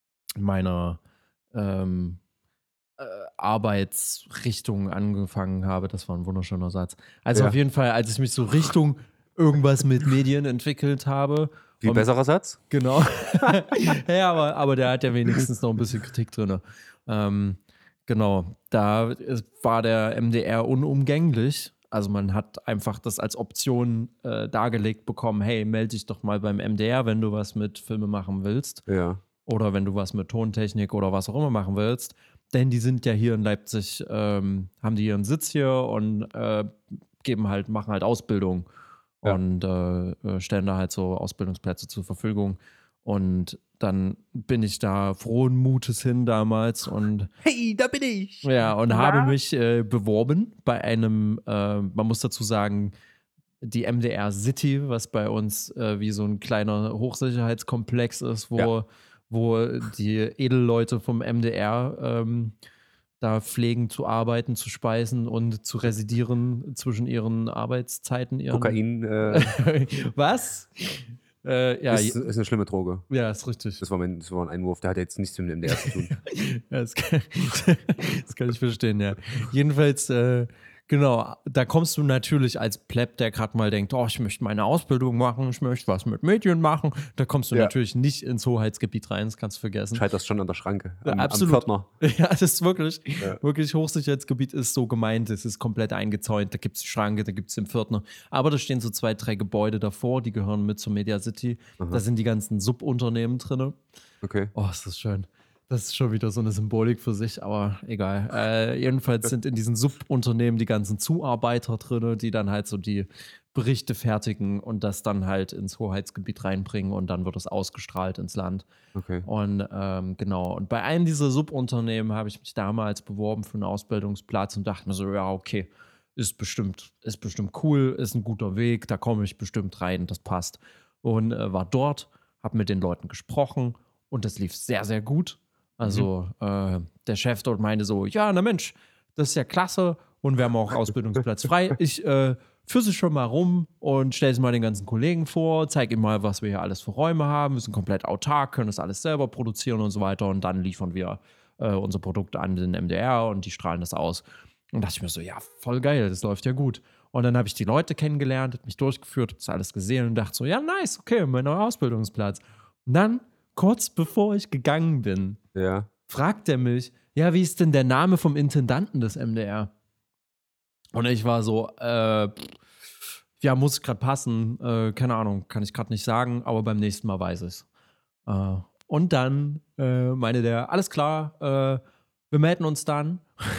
Arbeitsrichtung angefangen habe, das war ein wunderschöner Satz. Also auf jeden Fall, als ich mich so Richtung irgendwas mit Medien entwickelt habe. Viel besserer Satz? Genau. Ja, aber der hat ja wenigstens noch ein bisschen Kritik drin. Genau, da war der MDR unumgänglich. Also man hat einfach das als Option dargelegt bekommen, hey, melde dich doch mal beim MDR, wenn du was mit Filme machen willst. Ja. Oder wenn du was mit Tontechnik oder was auch immer machen willst. Denn die sind ja hier in Leipzig, haben die ihren Sitz hier und machen halt Ausbildung und stellen da halt so Ausbildungsplätze zur Verfügung. Und dann bin ich da frohen Mutes hin damals und hey, da bin ich! Ja, und habe mich beworben bei einem, man muss dazu sagen, die MDR City, was bei uns wie so ein kleiner Hochsicherheitskomplex ist, wo die Edelleute vom MDR da pflegen zu arbeiten, zu speisen und zu residieren zwischen ihren Arbeitszeiten. Kokain. Was? Ja, Ist eine schlimme Droge. ja, ist richtig. Das war ein Einwurf, der hat jetzt nichts mit dem MDR zu tun. Ja, das kann ich verstehen, ja. Jedenfalls, genau, da kommst du natürlich als Pleb, der gerade mal denkt, oh, ich möchte meine Ausbildung machen, ich möchte was mit Medien machen. Da kommst du Ja. natürlich nicht ins Hoheitsgebiet rein, das kannst du vergessen. Scheiterst schon an der Schranke, am Absolut. Pförtner. Ja, das ist wirklich Hochsicherheitsgebiet ist so gemeint, es ist komplett eingezäunt, da gibt es die Schranke, da gibt es den Pförtner. Aber da stehen so 2, 3 Gebäude davor, die gehören mit zur Media City. Da sind die ganzen Subunternehmen drin. Okay. Oh, ist das schön. Das ist schon wieder so eine Symbolik für sich, aber egal. Jedenfalls sind in diesen Subunternehmen die ganzen Zuarbeiter drin, die dann halt so die Berichte fertigen und das dann halt ins Hoheitsgebiet reinbringen und dann wird es ausgestrahlt ins Land. Okay. Und genau, und bei einem dieser Subunternehmen habe ich mich damals beworben für einen Ausbildungsplatz und dachte mir so, ja, okay, ist bestimmt cool, ist ein guter Weg, da komme ich bestimmt rein, das passt. Und war dort, habe mit den Leuten gesprochen und das lief sehr, sehr gut. Also der Chef dort meinte so, ja, na Mensch, das ist ja klasse und wir haben auch Ausbildungsplatz frei. Ich führe sie schon mal rum und stelle sie mal den ganzen Kollegen vor, zeige ihm mal, was wir hier alles für Räume haben. Wir sind komplett autark, können das alles selber produzieren und so weiter und dann liefern wir unser Produkt an den MDR und die strahlen das aus. Und dachte ich mir so, ja, voll geil, das läuft ja gut. Und dann habe ich die Leute kennengelernt, habe mich durchgeführt, habe das alles gesehen und dachte so, ja, nice, okay, mein neuer Ausbildungsplatz. Und dann, kurz bevor ich gegangen bin, fragt er mich, ja, wie ist denn der Name vom Intendanten des MDR? Und ich war so, ja, muss gerade passen, keine Ahnung, kann ich gerade nicht sagen, aber beim nächsten Mal weiß ich es. Und dann meinte der, alles klar, wir melden uns dann.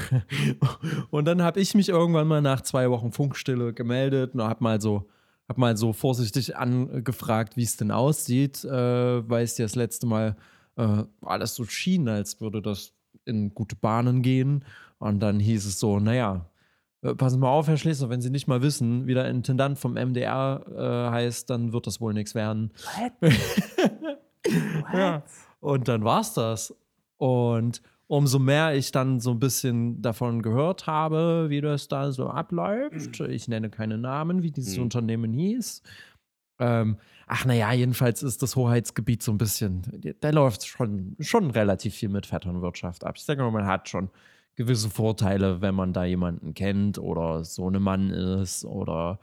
Und dann habe ich mich irgendwann mal nach 2 Wochen Funkstille gemeldet und habe mal so vorsichtig angefragt, wie es denn aussieht, weil es ja das letzte Mal alles so schien, als würde das in gute Bahnen gehen. Und dann hieß es so, naja, passen Sie mal auf, Herr Schlesner, wenn Sie nicht mal wissen, wie der Intendant vom MDR heißt, dann wird das wohl nichts werden. What? Ja. Und dann war's das. Und umso mehr ich dann so ein bisschen davon gehört habe, wie das da so abläuft, ich nenne keine Namen, wie dieses Unternehmen hieß. Jedenfalls ist das Hoheitsgebiet so ein bisschen, da läuft schon relativ viel mit Vetternwirtschaft ab. Ich sage mal, man hat schon gewisse Vorteile, wenn man da jemanden kennt oder Sohnemann ist oder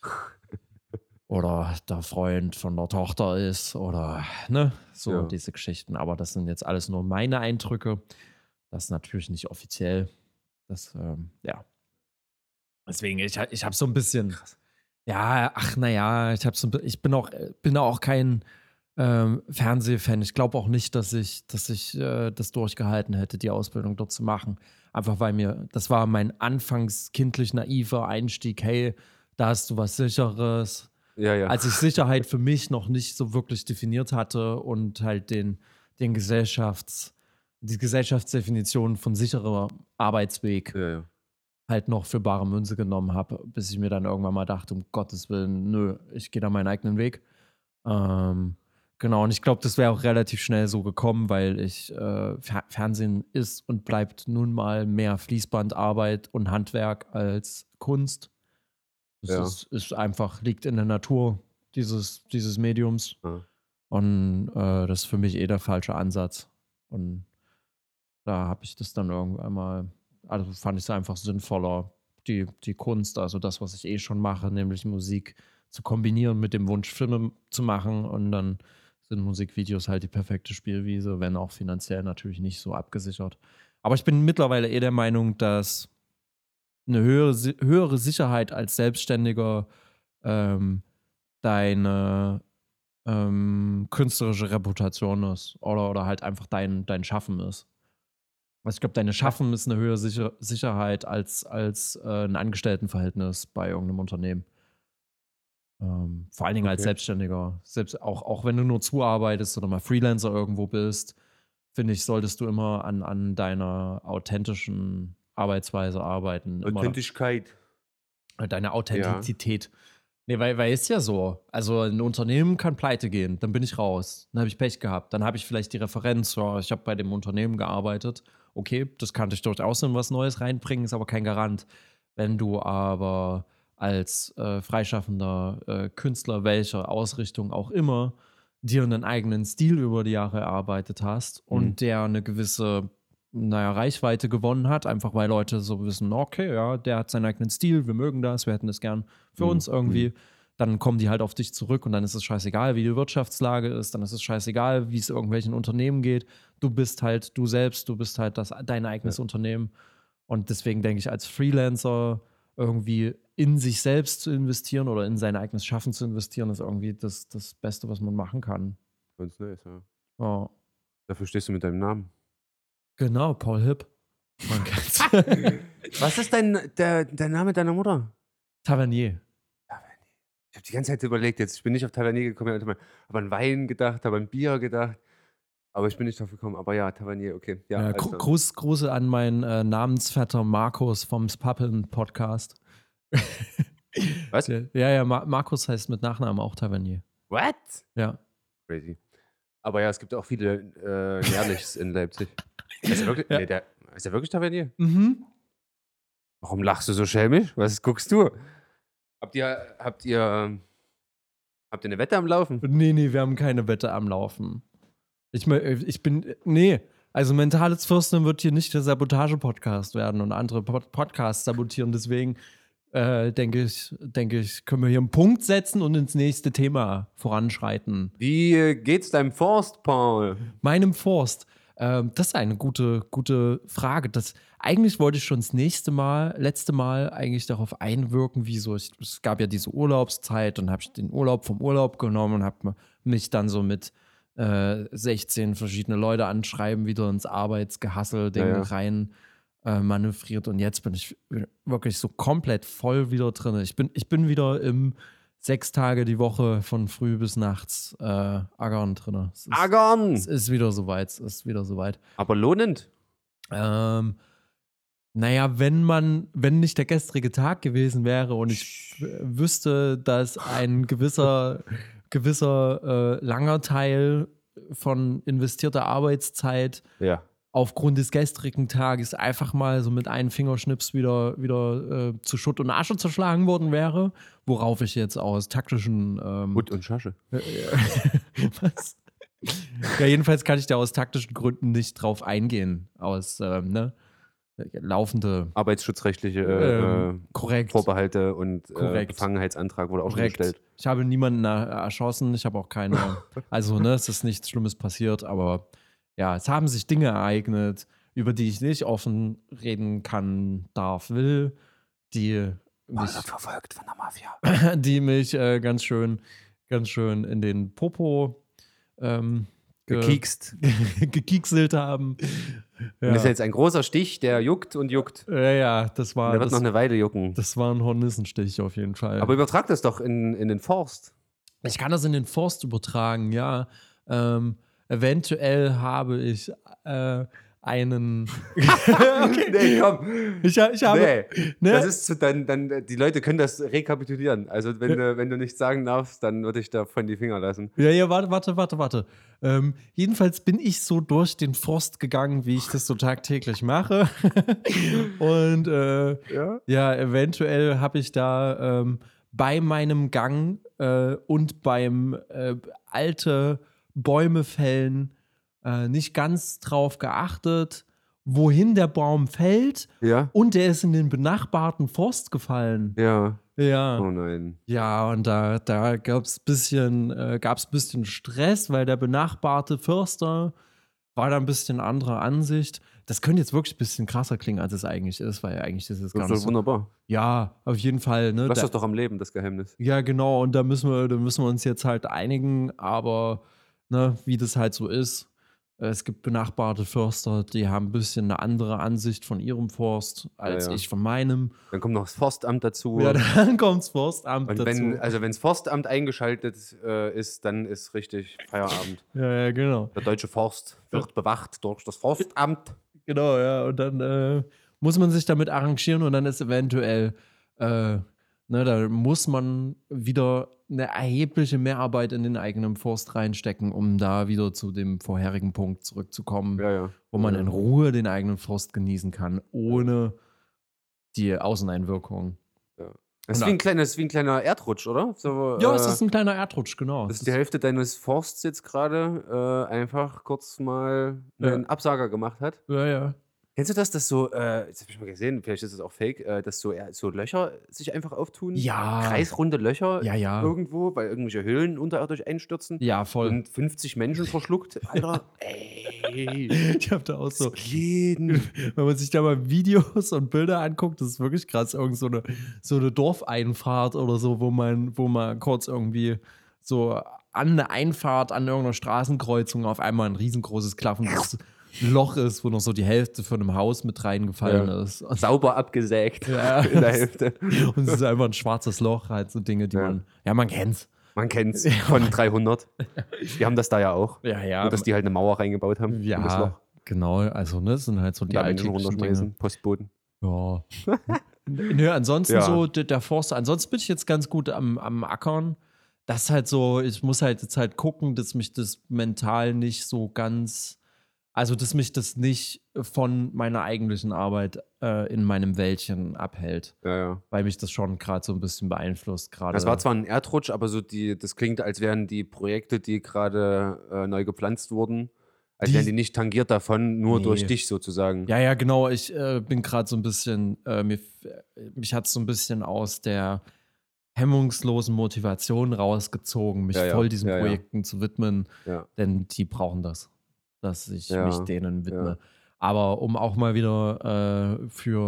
der Freund von der Tochter ist oder diese Geschichten. Aber das sind jetzt alles nur meine Eindrücke. Das ist natürlich nicht offiziell. Das, Deswegen, ich habe so ein bisschen. Krass. Ja, ich bin auch kein Fernsehfan. Ich glaube auch nicht, dass ich das durchgehalten hätte, die Ausbildung dort zu machen. Einfach weil das war mein anfangs kindlich naiver Einstieg. Hey, da hast du was Sicheres. Ja. Als ich Sicherheit für mich noch nicht so wirklich definiert hatte und halt die Gesellschaftsdefinition von sicherer Arbeitsweg halt noch für bare Münze genommen habe, bis ich mir dann irgendwann mal dachte, um Gottes Willen, nö, ich gehe da meinen eigenen Weg. Genau, und ich glaube, das wäre auch relativ schnell so gekommen, weil Fernsehen ist und bleibt nun mal mehr Fließbandarbeit und Handwerk als Kunst. Das ist einfach, liegt in der Natur dieses Mediums. Ja. Und das ist für mich der falsche Ansatz. Und da habe ich das dann irgendwann mal, also fand ich es einfach sinnvoller, die Kunst, also das, was ich schon mache, nämlich Musik zu kombinieren mit dem Wunsch, Filme zu machen. Und dann sind Musikvideos halt die perfekte Spielwiese, wenn auch finanziell natürlich nicht so abgesichert. Aber ich bin mittlerweile der Meinung, dass eine höhere Sicherheit als Selbstständiger deine künstlerische Reputation ist oder halt einfach dein Schaffen ist. Also ich glaube, deine Schaffen ist eine höhere Sicherheit als ein Angestelltenverhältnis bei irgendeinem Unternehmen. Vor allen Dingen als Selbstständiger. Selbst auch wenn du nur zuarbeitest oder mal Freelancer irgendwo bist, finde ich, solltest du immer an deiner authentischen Arbeitsweise arbeiten. Authentischkeit. Deine Authentizität. Ja. Nee, weil ist ja so. Also ein Unternehmen kann pleite gehen, dann bin ich raus. Dann habe ich Pech gehabt. Dann habe ich vielleicht die Referenz, ich habe bei dem Unternehmen gearbeitet. Okay, das kann ich durchaus in was Neues reinbringen, ist aber kein Garant. Wenn du aber als freischaffender Künstler, welcher Ausrichtung auch immer, dir einen eigenen Stil über die Jahre erarbeitet hast und der eine gewisse, Reichweite gewonnen hat, einfach weil Leute so wissen, okay, ja, der hat seinen eigenen Stil, wir mögen das, wir hätten das gern für uns irgendwie. Dann kommen die halt auf dich zurück und dann ist es scheißegal, wie die Wirtschaftslage ist, dann ist es scheißegal, wie es irgendwelchen Unternehmen geht. Du bist halt du selbst, du bist halt dein eigenes Unternehmen. Und deswegen denke ich, als Freelancer irgendwie in sich selbst zu investieren oder in sein eigenes Schaffen zu investieren, ist irgendwie das Beste, was man machen kann. Ganz nice, ja. Ja. Dafür stehst du mit deinem Namen. Genau, Paul Hipp. Man kennt's. Was ist der Name deiner Mutter? Tavernier. Ich habe die ganze Zeit überlegt, ich bin nicht auf Tavernier gekommen, ich habe an Wein gedacht, habe an Bier gedacht, aber ich bin nicht drauf gekommen. Aber ja, Tavernier, okay. Ja, Ja, also. Gruße an meinen Namensvetter Markus vom Spappen-Podcast. Was? Ja, Markus heißt mit Nachnamen auch Tavernier. What? Ja. Crazy. Aber ja, es gibt auch viele Nährlichs in Leipzig. Ist er wirklich, nee, ist er wirklich Tavernier? Mhm. Warum lachst du so schelmisch? Was guckst du? Habt ihr eine Wette am Laufen? Nee, wir haben keine Wette am Laufen. Also mentales Fürsten wird hier nicht der Sabotage-Podcast werden und andere Podcasts sabotieren. Deswegen denke ich, können wir hier einen Punkt setzen und ins nächste Thema voranschreiten. Wie geht's deinem Forst, Paul? Meinem Forst. Das ist eine gute Frage. Eigentlich wollte ich schon das letzte Mal eigentlich darauf einwirken, es gab ja diese Urlaubszeit und habe ich den Urlaub vom Urlaub genommen und habe mich dann so mit 16 verschiedene Leute anschreiben, wieder ins Arbeitsgehassel-Ding rein manövriert und jetzt bin ich wirklich so komplett voll wieder drin. Ich bin wieder im 6 Tage die Woche von früh bis nachts Ackern drin. Ackern! Es ist wieder soweit. Aber lohnend? Naja, wenn nicht der gestrige Tag gewesen wäre und ich wüsste, dass ein gewisser langer Teil von investierter Arbeitszeit aufgrund des gestrigen Tages einfach mal so mit einem Fingerschnips wieder zu Schutt und Asche zerschlagen worden wäre, worauf ich jetzt aus taktischen Hut und Schasche. Was? Ja, jedenfalls kann ich da aus taktischen Gründen nicht drauf eingehen. Aus laufende arbeitsschutzrechtliche Vorbehalte und Befangenheitsantrag wurde auch schon gestellt. Ich habe niemanden erschossen, ich habe auch keine, also es ist nichts Schlimmes passiert, aber ja, es haben sich Dinge ereignet, über die ich nicht offen reden kann, will, die mich verfolgt von der Mafia. Die mich ganz schön in den Popo gekiekselt haben. Ja. Und das ist jetzt ein großer Stich, der juckt und juckt. Ja, das war. Der wird noch eine Weile jucken. Das war ein Hornissenstich auf jeden Fall. Aber übertrag das doch in den Forst. Ich kann das in den Forst übertragen, ja. Eventuell habe ich einen. Okay. Nee, komm. Ich habe. Nee. Das ist dann die Leute können das rekapitulieren. Also wenn du nichts sagen darfst, dann würde ich davon die Finger lassen. Ja, warte. Jedenfalls bin ich so durch den Forst gegangen, wie ich das so tagtäglich mache. Und eventuell habe ich da bei meinem Gang und beim alte Bäume fällen nicht ganz drauf geachtet, wohin der Baum fällt. Ja. Und der ist in den benachbarten Forst gefallen. Ja. Ja. Oh nein. Ja, und da gab's bisschen Stress, weil der benachbarte Förster war da ein bisschen anderer Ansicht. Das könnte jetzt wirklich ein bisschen krasser klingen, als es eigentlich ist, weil eigentlich ist es gar nicht so. Wunderbar. Ja, auf jeden Fall. Ne, Lass das doch am Leben, das Geheimnis. Ja, genau. Und da müssen wir uns jetzt halt einigen, aber wie das halt so ist. Es gibt benachbarte Förster, die haben ein bisschen eine andere Ansicht von ihrem Forst als ich von meinem. Dann kommt noch das Forstamt dazu. Ja, dann kommt das Forstamt dazu. Wenn das Forstamt eingeschaltet ist, dann ist richtig Feierabend. Ja, genau. Der deutsche Forst wird bewacht durch das Forstamt. Genau, ja. Und dann muss man sich damit arrangieren und dann ist eventuell da muss man wieder eine erhebliche Mehrarbeit in den eigenen Forst reinstecken, um da wieder zu dem vorherigen Punkt zurückzukommen, wo man in Ruhe den eigenen Forst genießen kann, ohne die Außeneinwirkung. Ja. Das ist wie ein kleiner Erdrutsch, oder? So, Ja, es ist ein kleiner Erdrutsch, genau. dass die Hälfte deines Forsts jetzt gerade einfach kurz mal einen Absager gemacht hat. Ja. Kennst du das, dass so, das habe ich mal gesehen, vielleicht ist es auch fake, dass so Löcher sich einfach auftun? Ja. Kreisrunde Löcher Ja. irgendwo, weil irgendwelche Höhlen unterirdisch einstürzen Ja, voll. und 50 Menschen verschluckt. Alter, ey. Ich hab da auch so, Jeden. wenn man sich da mal Videos und Bilder anguckt, das ist wirklich krass. Irgend so eine Dorfeinfahrt oder so, wo man kurz irgendwie so an eine Einfahrt an irgendeiner Straßenkreuzung auf einmal ein riesengroßes klaffendes Loch ist, wo noch so die Hälfte von einem Haus mit reingefallen ist. Sauber abgesägt in der Hälfte. Und es ist einfach ein schwarzes Loch, halt so Dinge, die man kennt's. Man kennt's von 300. Die haben das da ja auch. Ja. Nur, dass die halt eine Mauer reingebaut haben. In das Loch. Genau. Also, ne, das sind halt so die alltäglichen Dinge. Postboten. Ja. Nö, ansonsten so der Forster. Ansonsten bin ich jetzt ganz gut am Ackern. Das ist halt so, ich muss halt jetzt halt gucken, dass mich das mental nicht so ganz, also dass mich das nicht von meiner eigentlichen Arbeit in meinem Wäldchen abhält. Ja. Weil mich das schon gerade so ein bisschen beeinflusst. Das war zwar ein Erdrutsch, aber so das klingt, als wären die Projekte, die gerade neu gepflanzt wurden, als wären die nicht tangiert davon, nur durch dich sozusagen. Ja, genau. Ich bin gerade so ein bisschen, mich hat es so ein bisschen aus der hemmungslosen Motivation rausgezogen, mich voll diesen Projekten zu widmen, denn die brauchen das, dass ich mich denen widme. Ja. Aber um auch mal wieder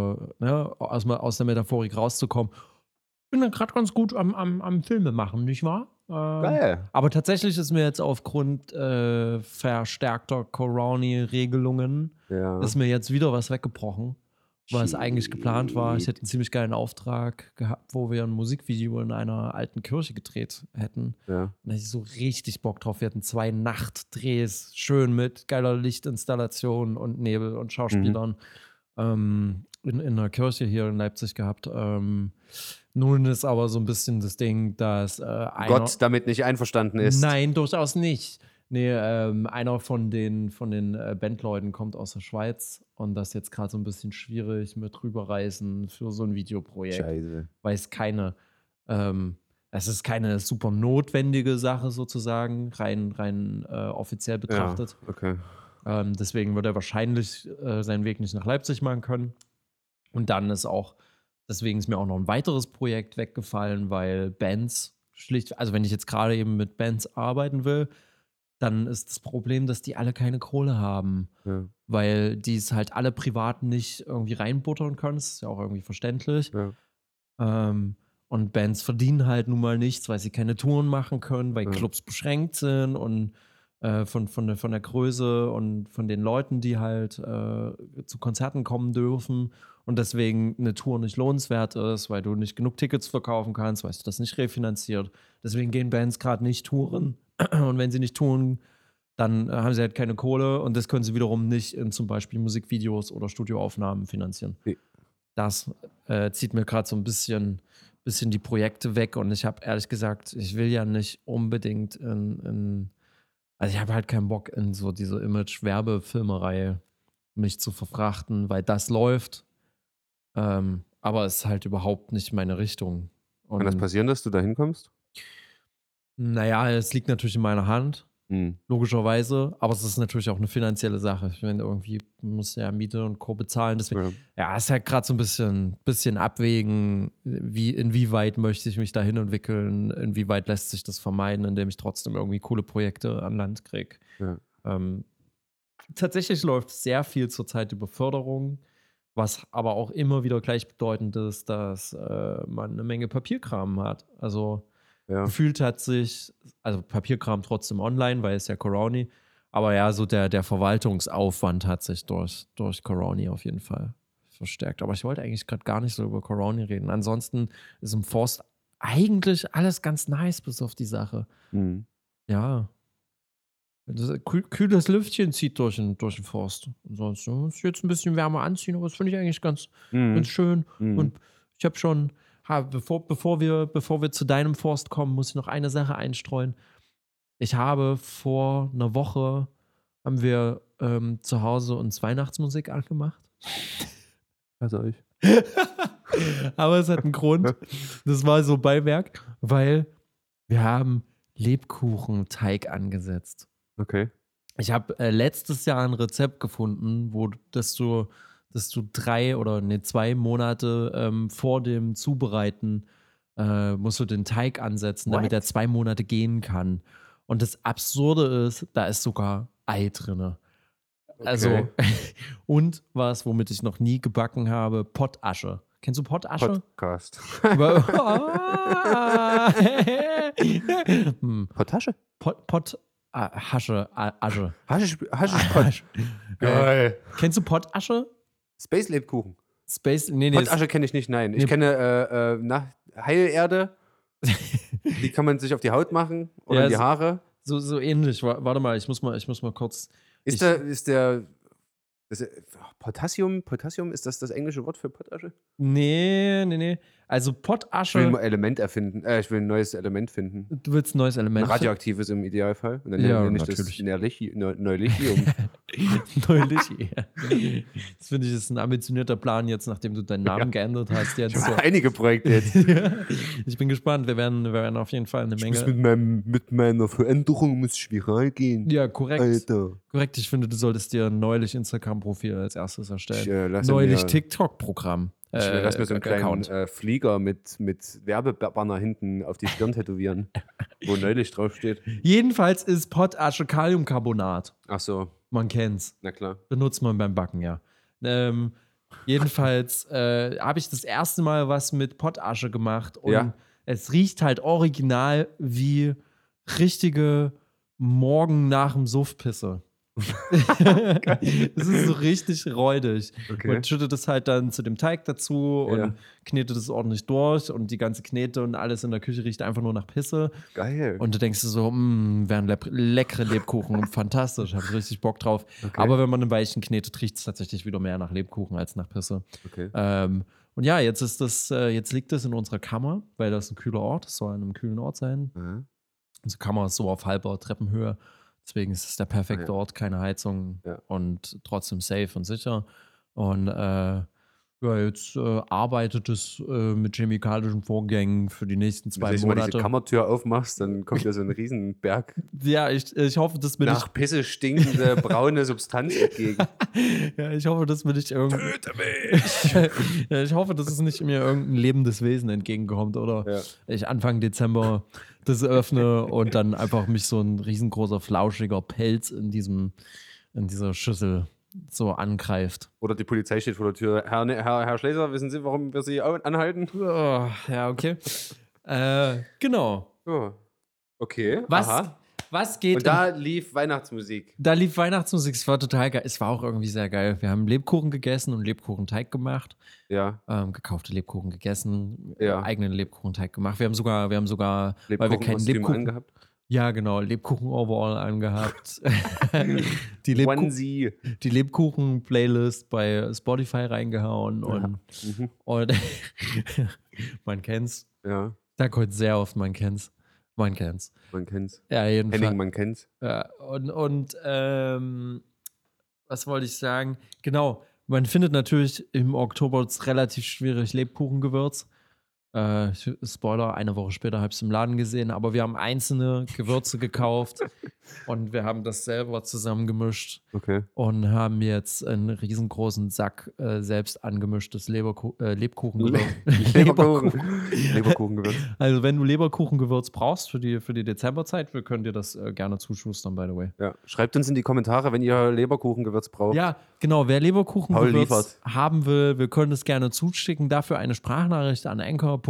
aus der Metaphorik rauszukommen, bin dann gerade ganz gut am Filme machen, nicht wahr? Geil. Aber tatsächlich ist mir jetzt aufgrund verstärkter Corona-Regelungen ist mir jetzt wieder was weggebrochen, was eigentlich geplant war. Ich hätte einen ziemlich geilen Auftrag gehabt, wo wir ein Musikvideo in einer alten Kirche gedreht hätten. Ja. Und da hatte ich so richtig Bock drauf. Wir hatten 2 Nachtdrehs, schön mit geiler Lichtinstallation und Nebel und Schauspielern in einer Kirche hier in Leipzig gehabt. Nun ist aber so ein bisschen das Ding, dass Gott damit nicht einverstanden ist. Nein, durchaus nicht. Nee, einer von den Bandleuten kommt aus der Schweiz und das ist jetzt gerade so ein bisschen schwierig mit rüberreisen für so ein Videoprojekt. Scheiße. Weil es ist keine super notwendige Sache sozusagen, rein offiziell betrachtet. Ja, okay. Deswegen wird er wahrscheinlich seinen Weg nicht nach Leipzig machen können. Und dann deswegen ist mir auch noch ein weiteres Projekt weggefallen, weil Bands also wenn ich jetzt gerade eben mit Bands arbeiten will, dann ist das Problem, dass die alle keine Kohle haben, weil die es halt alle privat nicht irgendwie reinbuttern können. Das ist ja auch irgendwie verständlich. Ja. Und Bands verdienen halt nun mal nichts, weil sie keine Touren machen können, weil Clubs beschränkt sind und von der Größe und von den Leuten, die halt zu Konzerten kommen dürfen und deswegen eine Tour nicht lohnenswert ist, weil du nicht genug Tickets verkaufen kannst, weil du das nicht refinanziert. Deswegen gehen Bands gerade nicht touren. Und wenn sie nicht tun, dann haben sie halt keine Kohle und das können sie wiederum nicht in zum Beispiel Musikvideos oder Studioaufnahmen finanzieren. Okay. Das zieht mir gerade so ein bisschen die Projekte weg und ich habe ehrlich gesagt, ich will ja nicht unbedingt also ich habe halt keinen Bock in so diese Image-Werbefilmerei mich zu verfrachten, weil das läuft, aber es ist halt überhaupt nicht meine Richtung. Kann das passieren, dass du da hinkommst? Naja, es liegt natürlich in meiner Hand, logischerweise, aber es ist natürlich auch eine finanzielle Sache. Ich meine, irgendwie muss ja Miete und Co. bezahlen, deswegen, es ist halt gerade so ein bisschen abwägen, inwieweit möchte ich mich dahin entwickeln, inwieweit lässt sich das vermeiden, indem ich trotzdem irgendwie coole Projekte an Land kriege. Ja. Tatsächlich läuft sehr viel zurzeit über Förderung, was aber auch immer wieder gleichbedeutend ist, dass man eine Menge Papierkram hat. Also gefühlt hat sich, also Papierkram trotzdem online, weil es ja Corona, aber ja, so der Verwaltungsaufwand hat sich durch Corona auf jeden Fall verstärkt. Aber ich wollte eigentlich gerade gar nicht so über Corona reden. Ansonsten ist im Forst eigentlich alles ganz nice, bis auf die Sache. Ja. Kühles Lüftchen zieht durch den Forst. Ansonsten muss ich jetzt ein bisschen wärmer anziehen, aber das finde ich eigentlich ganz schön. Und ich habe schon, bevor wir zu deinem Forst kommen, muss ich noch eine Sache einstreuen. Ich habe vor einer Woche, haben wir zu Hause uns Weihnachtsmusik angemacht. Also ich. Aber es hat einen Grund. Das war so Beiwerk, weil wir haben Lebkuchenteig angesetzt. Okay. Ich habe letztes Jahr ein Rezept gefunden, dass du 2 Monate vor dem Zubereiten musst du den Teig ansetzen, damit er 2 Monate gehen kann. Und das Absurde ist, da ist sogar Ei drin. Also, Okay. und was, womit ich noch nie gebacken habe, Pottasche. Kennst du Pottasche? Podcast. Potasche? Hasche. Haschisch-Pott. Geil. Kennst du Pottasche? Space-Lebkuchen. Nee. Pottasche kenne ich nicht, nein. Ich kenne Heilerde. Die kann man sich auf die Haut machen oder in die Haare. So ähnlich. Warte mal, ich muss mal kurz. Potassium, ist das englische Wort für Pottasche? Nee. Also Pottasche. Ich will ein Element erfinden. Ich will ein neues Element finden. Du willst ein neues Element. Ein radioaktives im Idealfall. Und dann nenne ich das Neulithium. Neulithium. Das finde ich ist ein ambitionierter Plan jetzt, nachdem du deinen Namen geändert hast. Jetzt ich habe einige Projekte jetzt. Ich bin gespannt. Wir werden auf jeden Fall eine Menge. Mit meiner Veränderung muss ich viral gehen. Ja, korrekt. Alter. Korrekt, ich finde, du solltest dir ein neulich Instagram-Profil als erstes erstellen. Neulich TikTok-Programm. Ich lass mir so einen kleinen Flieger mit Werbebanner hinten auf die Stirn tätowieren, wo neulich draufsteht. Jedenfalls ist Pottasche Kaliumcarbonat. Ach so. Man kennt's. Na klar. Benutzt man beim Backen, ja. Jedenfalls habe ich das erste Mal was mit Pottasche gemacht und es riecht halt original wie richtige Morgen nach dem Suffpisse. Es ist so richtig räudig. Okay. Man schüttet es halt dann zu dem Teig dazu und knetet es ordentlich durch und die ganze Knete und alles in der Küche riecht einfach nur nach Pisse. Geil. Und du denkst dir so, wären leckere Lebkuchen, fantastisch, hab richtig Bock drauf. Okay. Aber wenn man einen weichen knetet, riecht es tatsächlich wieder mehr nach Lebkuchen als nach Pisse. Okay. Und ja, jetzt liegt es in unserer Kammer, weil das ein kühler Ort, es soll an einem kühlen Ort sein. Mhm. Unsere Kammer ist so auf halber Treppenhöhe. Deswegen ist es der perfekte Ort, keine Heizung und trotzdem safe und sicher. Und jetzt arbeitet es mit chemikalischen Vorgängen für die nächsten 2 Monate. Wenn du diese Kammertür aufmachst, dann kommt da so ein Riesenberg. Ja, ich hoffe, dass mir nach Pisse stinkende braune Substanz entgegen. Ja, ich hoffe, dass mir nicht Töte mich! Ja, ich hoffe, dass es nicht mir irgendein lebendes Wesen entgegenkommt oder ich Anfang Dezember das öffne und dann einfach mich so ein riesengroßer, flauschiger Pelz in dieser Schüssel so angreift. Oder die Polizei steht vor der Tür. Herr Schleser, wissen Sie, warum wir Sie anhalten? Oh, ja, okay. Genau. Oh. Okay. Was geht? Und da lief Weihnachtsmusik. Es war total geil. Es war auch irgendwie sehr geil. Wir haben Lebkuchen gegessen und Lebkuchenteig gemacht. Ja. Gekaufte Lebkuchen gegessen, Ja. eigenen Lebkuchenteig gemacht. Wir haben sogar weil wir keinen Lebkuchen angehabt. Ja, genau, Lebkuchen-Overall angehabt. Die Lebkuchen-Playlist bei Spotify reingehauen und man kennt's. Ja. Sag heute sehr oft, man kennt's. Man kennt's. Ja, jedenfalls. Henning, man kennt's. Ja, und was wollte ich sagen? Genau, man findet natürlich im Oktober relativ schwierig Lebkuchengewürz. Spoiler, eine Woche später habe ich es im Laden gesehen, aber wir haben einzelne Gewürze gekauft und wir haben das selber zusammengemischt und haben jetzt einen riesengroßen Sack selbst angemischtes Lebkuchengewürz. Leberkuchengewürz. Also wenn du Leberkuchengewürz brauchst für die Dezemberzeit, wir können dir das gerne zuschustern, by the way. Ja. Schreibt uns in die Kommentare, wenn ihr Leberkuchengewürz braucht. Ja, genau, wer Leberkuchengewürz haben will, wir können es gerne zuschicken. Dafür eine Sprachnachricht an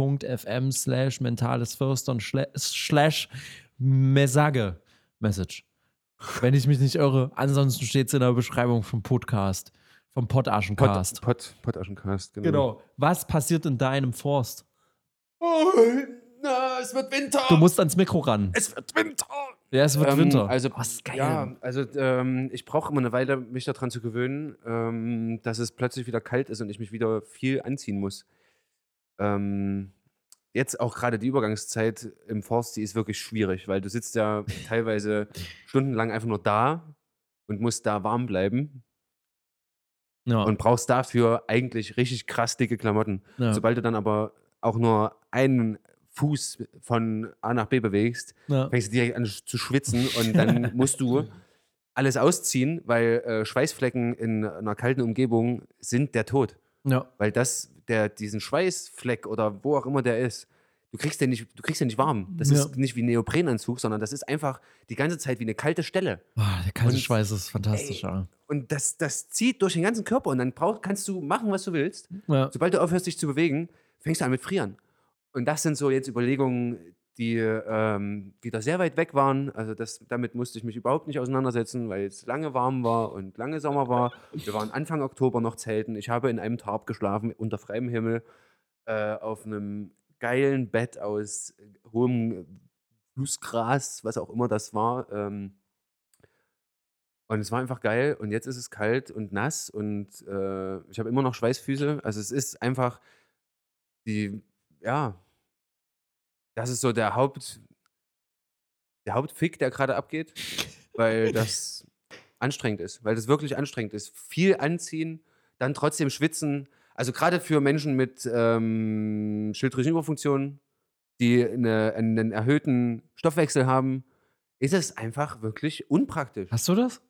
anchor.fm/mentalesfürstern/Message. Wenn ich mich nicht irre. Ansonsten steht es in der Beschreibung vom Podcast, vom Pottaschencast. Pottaschencast, Genau. Was passiert in deinem Forst? Oh, es wird Winter. Du musst ans Mikro ran. Es wird Winter. Ja, es wird Winter. Also, ist geil. Ja, also ich brauche immer eine Weile, mich daran zu gewöhnen, dass es plötzlich wieder kalt ist und ich mich wieder viel anziehen muss. Jetzt auch gerade die Übergangszeit im Forst, die ist wirklich schwierig, weil du sitzt ja teilweise stundenlang einfach nur da und musst da warm bleiben. Ja. und brauchst dafür eigentlich richtig krass dicke Klamotten. Ja. Sobald du dann aber auch nur einen Fuß von A nach B bewegst, Ja. fängst du direkt an zu schwitzen und dann musst du alles ausziehen, weil Schweißflecken in einer kalten Umgebung sind der Tod. Ja. Weil diesen Schweißfleck oder wo auch immer der ist, du kriegst den nicht warm. Das ist nicht wie ein Neoprenanzug, sondern das ist einfach die ganze Zeit wie eine kalte Stelle. Der kalte Und, Schweiß ist fantastisch, ja. Und das zieht durch den ganzen Körper und dann kannst du machen, was du willst. Ja. Sobald du aufhörst, dich zu bewegen, fängst du an mit Frieren. Und das sind so jetzt Überlegungen, die wieder sehr weit weg waren. Also damit musste ich mich überhaupt nicht auseinandersetzen, weil es lange warm war und lange Sommer war. Wir waren Anfang Oktober noch zelten. Ich habe in einem Tarp geschlafen, unter freiem Himmel, auf einem geilen Bett aus hohem Flussgras, was auch immer das war. Und es war einfach geil. Und jetzt ist es kalt und nass und ich habe immer noch Schweißfüße. Also es ist einfach das ist so der Hauptfick, der gerade abgeht, weil das anstrengend ist, weil das wirklich anstrengend ist. Viel anziehen, dann trotzdem schwitzen. Also gerade für Menschen mit Schilddrüsenüberfunktion, die einen erhöhten Stoffwechsel haben, ist es einfach wirklich unpraktisch. Hast du das?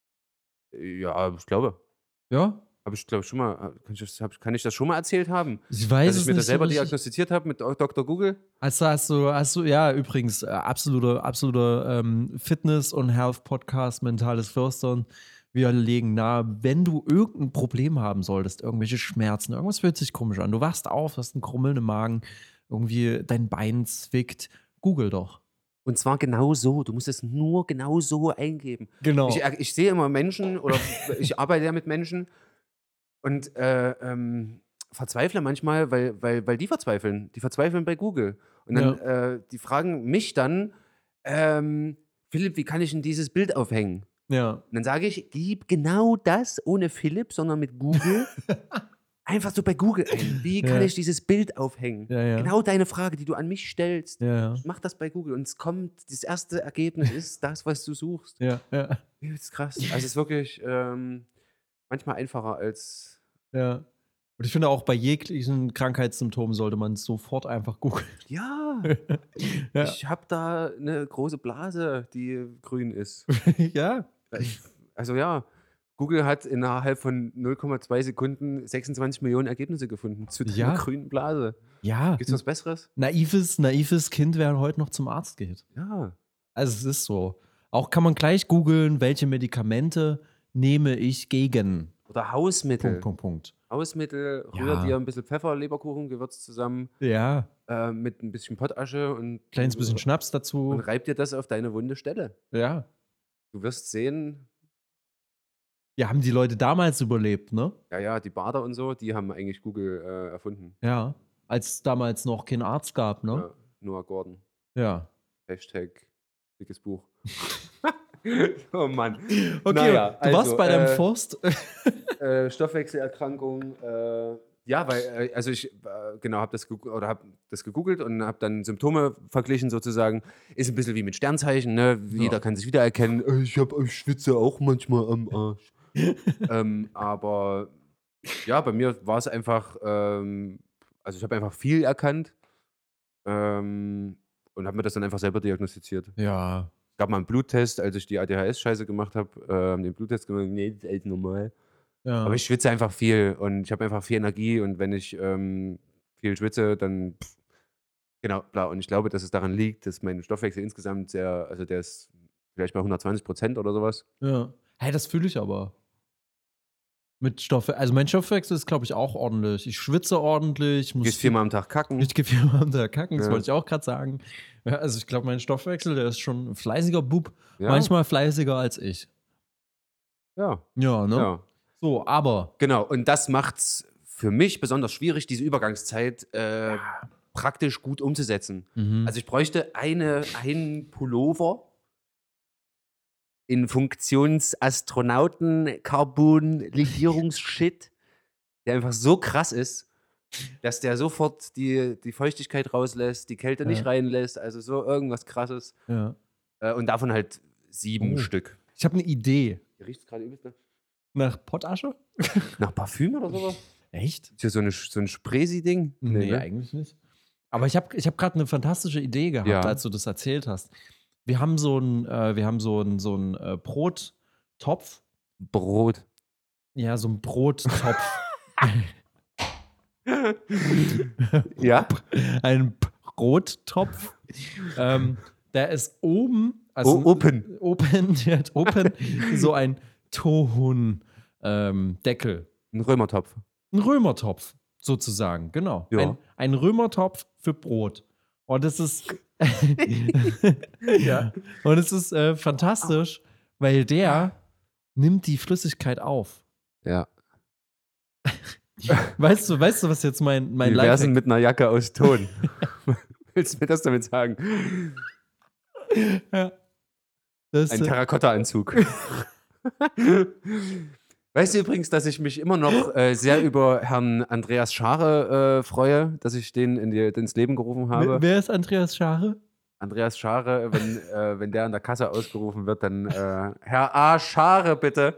Ja, ich glaube. Ja? Habe ich, glaube ich, schon mal. Kann ich das schon mal erzählt haben? Ich weiß Dass es ich mir nicht das selber so richtig. diagnostiziert habe mit Dr. Google? Hast du, ja, übrigens, absolute Fitness- und Health-Podcast, mentales Flüstern. Wir legen nahe, wenn du irgendein Problem haben solltest, irgendwelche Schmerzen, irgendwas fühlt sich komisch an. Du wachst auf, hast einen Krummeln im Magen, irgendwie dein Bein zwickt. Google doch. Und zwar genau so. Du musst es nur genau so eingeben. Genau. Ich sehe immer Menschen oder ich arbeite ja mit Menschen und verzweifle manchmal, weil die verzweifeln. Die verzweifeln bei Google. Und dann die fragen mich dann, Philipp, wie kann ich denn dieses Bild aufhängen? Ja. Und dann sage ich, gib genau das ohne Philipp, sondern mit Google. Einfach so bei Google ein. Wie kann ich dieses Bild aufhängen? Ja, ja. Genau deine Frage, die du an mich stellst. Ja. Mach das bei Google und das erste Ergebnis ist das, was du suchst. Ja. Das ist krass. Also es ist wirklich manchmal einfacher als. Ja. Und ich finde auch bei jeglichen Krankheitssymptomen sollte man sofort einfach googeln. Ja. Ich habe da eine große Blase, die grün ist. Ja. Also ja, Google hat innerhalb von 0,2 Sekunden 26 Millionen Ergebnisse gefunden zu deiner grünen Blase. Ja. Gibt's was Besseres? Naives Kind, wer heute noch zum Arzt geht. Ja. Also es ist so. Auch kann man gleich googeln, welche Medikamente nehme ich gegen. Oder Hausmittel. Punkt. Hausmittel, rühr dir ein bisschen Pfeffer, Leberkuchen, Gewürz zusammen. Ja. Mit ein bisschen Pottasche und Kleines bisschen Schnaps dazu. Und reib dir das auf deine wunde Stelle. Ja. Du wirst sehen. Ja, haben die Leute damals überlebt, ne? Ja, die Bader und so, die haben eigentlich Google erfunden. Ja. Als es damals noch keinen Arzt gab, ne? Ja, Noah Gordon. Ja. Hashtag dickes Buch. Oh Mann. Okay, naja, du warst bei deinem Forst. Stoffwechselerkrankung. Ja, weil, also ich habe das gegoogelt und habe dann Symptome verglichen sozusagen. Ist ein bisschen wie mit Sternzeichen, ne? Jeder kann sich wiedererkennen. Ich schwitze auch manchmal am Arsch. Aber ja, bei mir war es einfach, also ich habe einfach viel erkannt und habe mir das dann einfach selber diagnostiziert. Ja. Es gab mal einen Bluttest, als ich die ADHS-Scheiße gemacht habe, den Bluttest gemacht, nee, das ist alles normal. Ja. Aber ich schwitze einfach viel und ich habe einfach viel Energie und wenn ich viel schwitze, dann genau, klar. Und ich glaube, dass es daran liegt, dass mein Stoffwechsel insgesamt also der ist vielleicht bei 120% oder sowas. Ja. Hey, das fühle ich aber. Mit Stoffwechsel. Also mein Stoffwechsel ist, glaube ich, auch ordentlich. Ich schwitze ordentlich. Du gehst 4-mal am Tag kacken. Ich gehe 4-mal am Tag kacken, das Ja. wollte ich auch gerade sagen. Ja, also ich glaube, mein Stoffwechsel, der ist schon ein fleißiger Bub. Ja. Manchmal fleißiger als ich. Ja. Ja, ne? Ja. So, aber. Genau, und das macht's für mich besonders schwierig, diese Übergangszeit praktisch gut umzusetzen. Also ich bräuchte einen Pullover in Funktionsastronauten-Carbon-Legierungsshit, der einfach so krass ist, dass der sofort die Feuchtigkeit rauslässt, die Kälte nicht reinlässt, also so irgendwas Krasses. Ja. Und davon halt 7 Stück. Ich habe eine Idee. Hier riecht es gerade übelst, ne? Nach Pottasche? Nach Parfüm oder sowas? Echt? Ist ja so ein Spresi-Ding? Nee, ne? eigentlich nicht. Aber ich hab gerade eine fantastische Idee gehabt, Ja. als du das erzählt hast. Wir haben so einen Brottopf. Brot. Ja, so ein Brottopf. Ja? Ein Brottopf. Der ist oben, Open. der hat open so ein Deckel. Ein Römertopf. Ein Römertopf, sozusagen, genau. Ja. Ein Römertopf für Brot. Und das ist Ja. und es ist fantastisch, weil der nimmt die Flüssigkeit auf. Ja. Weißt du, was jetzt mein Wie wär's denn Lifehack mit einer Jacke aus Ton? Willst du mir das damit sagen? ja. Das, Ein Terrakotta-Anzug. Weißt du übrigens, dass ich mich immer noch sehr über Herrn Andreas Schare freue, dass ich den ins Leben gerufen habe? wer ist Andreas Schare? Andreas Schare, wenn der an der Kasse ausgerufen wird, dann Herr A. Schare, bitte.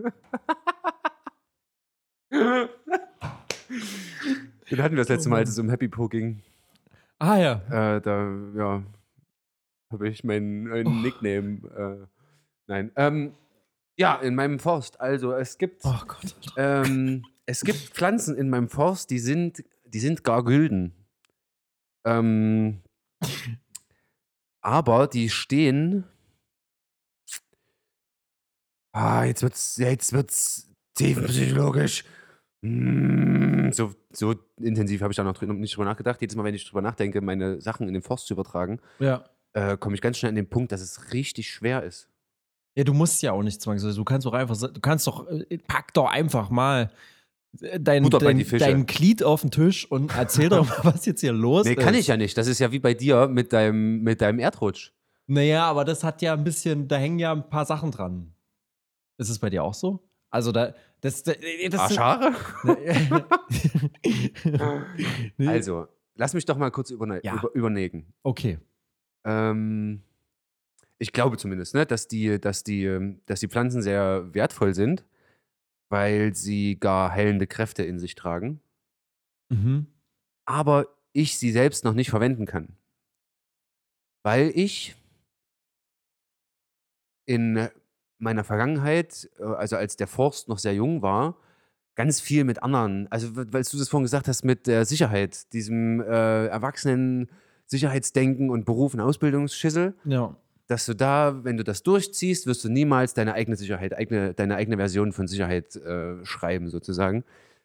Den hatten wir das letzte Mal, als es um Happy Po ging. Ah ja. Da habe ich meinen Nickname. Nein. Ja, in meinem Forst. Also es gibt Oh Gott. es gibt Pflanzen in meinem Forst, die sind gar gülden. Aber die stehen. Jetzt wird's tiefenpsychologisch. So intensiv habe ich da noch nicht drüber nachgedacht. Jedes Mal, wenn ich drüber nachdenke, meine Sachen in den Forst zu übertragen, Ja. komme ich ganz schnell an den Punkt, dass es richtig schwer ist. Ja, du musst ja auch nicht zwangsweise. Pack doch einfach mal dein Glied auf den Tisch und erzähl doch mal, was jetzt hier los ist. Nee, kann ich ja nicht. Das ist ja wie bei dir mit deinem Erdrutsch. Naja, aber das hat ja da hängen ja ein paar Sachen dran. Ist es bei dir auch so? Also Schare? Nee. Also, lass mich doch mal kurz überlegen. Okay. Ich glaube zumindest, ne, dass die Pflanzen sehr wertvoll sind, weil sie gar heilende Kräfte in sich tragen. Mhm. Aber ich sie selbst noch nicht verwenden kann. Weil ich in meiner Vergangenheit, also als der Forst noch sehr jung war, ganz viel mit anderen, also weil du das vorhin gesagt hast, mit der Sicherheit, diesem erwachsenen Sicherheitsdenken und Beruf- und Ausbildungsschissel, Ja. dass du da, wenn du das durchziehst, wirst du niemals deine eigene Sicherheit, deine eigene Version von Sicherheit schreiben, sozusagen.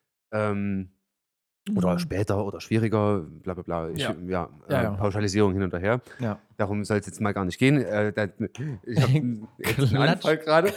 Oder später oder schwieriger, bla bla bla. Pauschalisierung hin und her. Ja. Darum soll es jetzt mal gar nicht gehen. Ich habe einen Anfall gerade.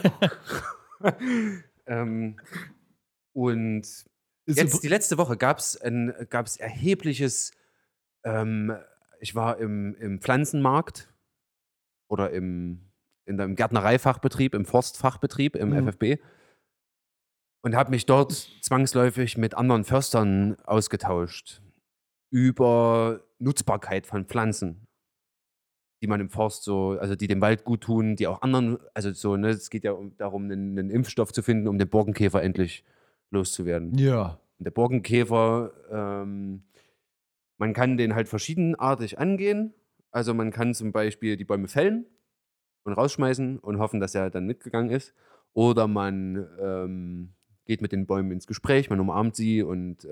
Und jetzt, die letzte Woche, gab es erhebliches. Ich war im Pflanzenmarkt oder in einem Gärtnereifachbetrieb, im Forstfachbetrieb, im FFB. Und habe mich dort zwangsläufig mit anderen Förstern ausgetauscht über Nutzbarkeit von Pflanzen, die man im Forst also die dem Wald gut tun, die auch anderen, also so, ne, es geht ja darum, einen Impfstoff zu finden, um den Borkenkäfer endlich loszuwerden. Ja. Und der Borkenkäfer, man kann den halt verschiedenartig angehen. Also man kann zum Beispiel die Bäume fällen und rausschmeißen und hoffen, dass er dann mitgegangen ist. Oder man geht mit den Bäumen ins Gespräch, man umarmt sie und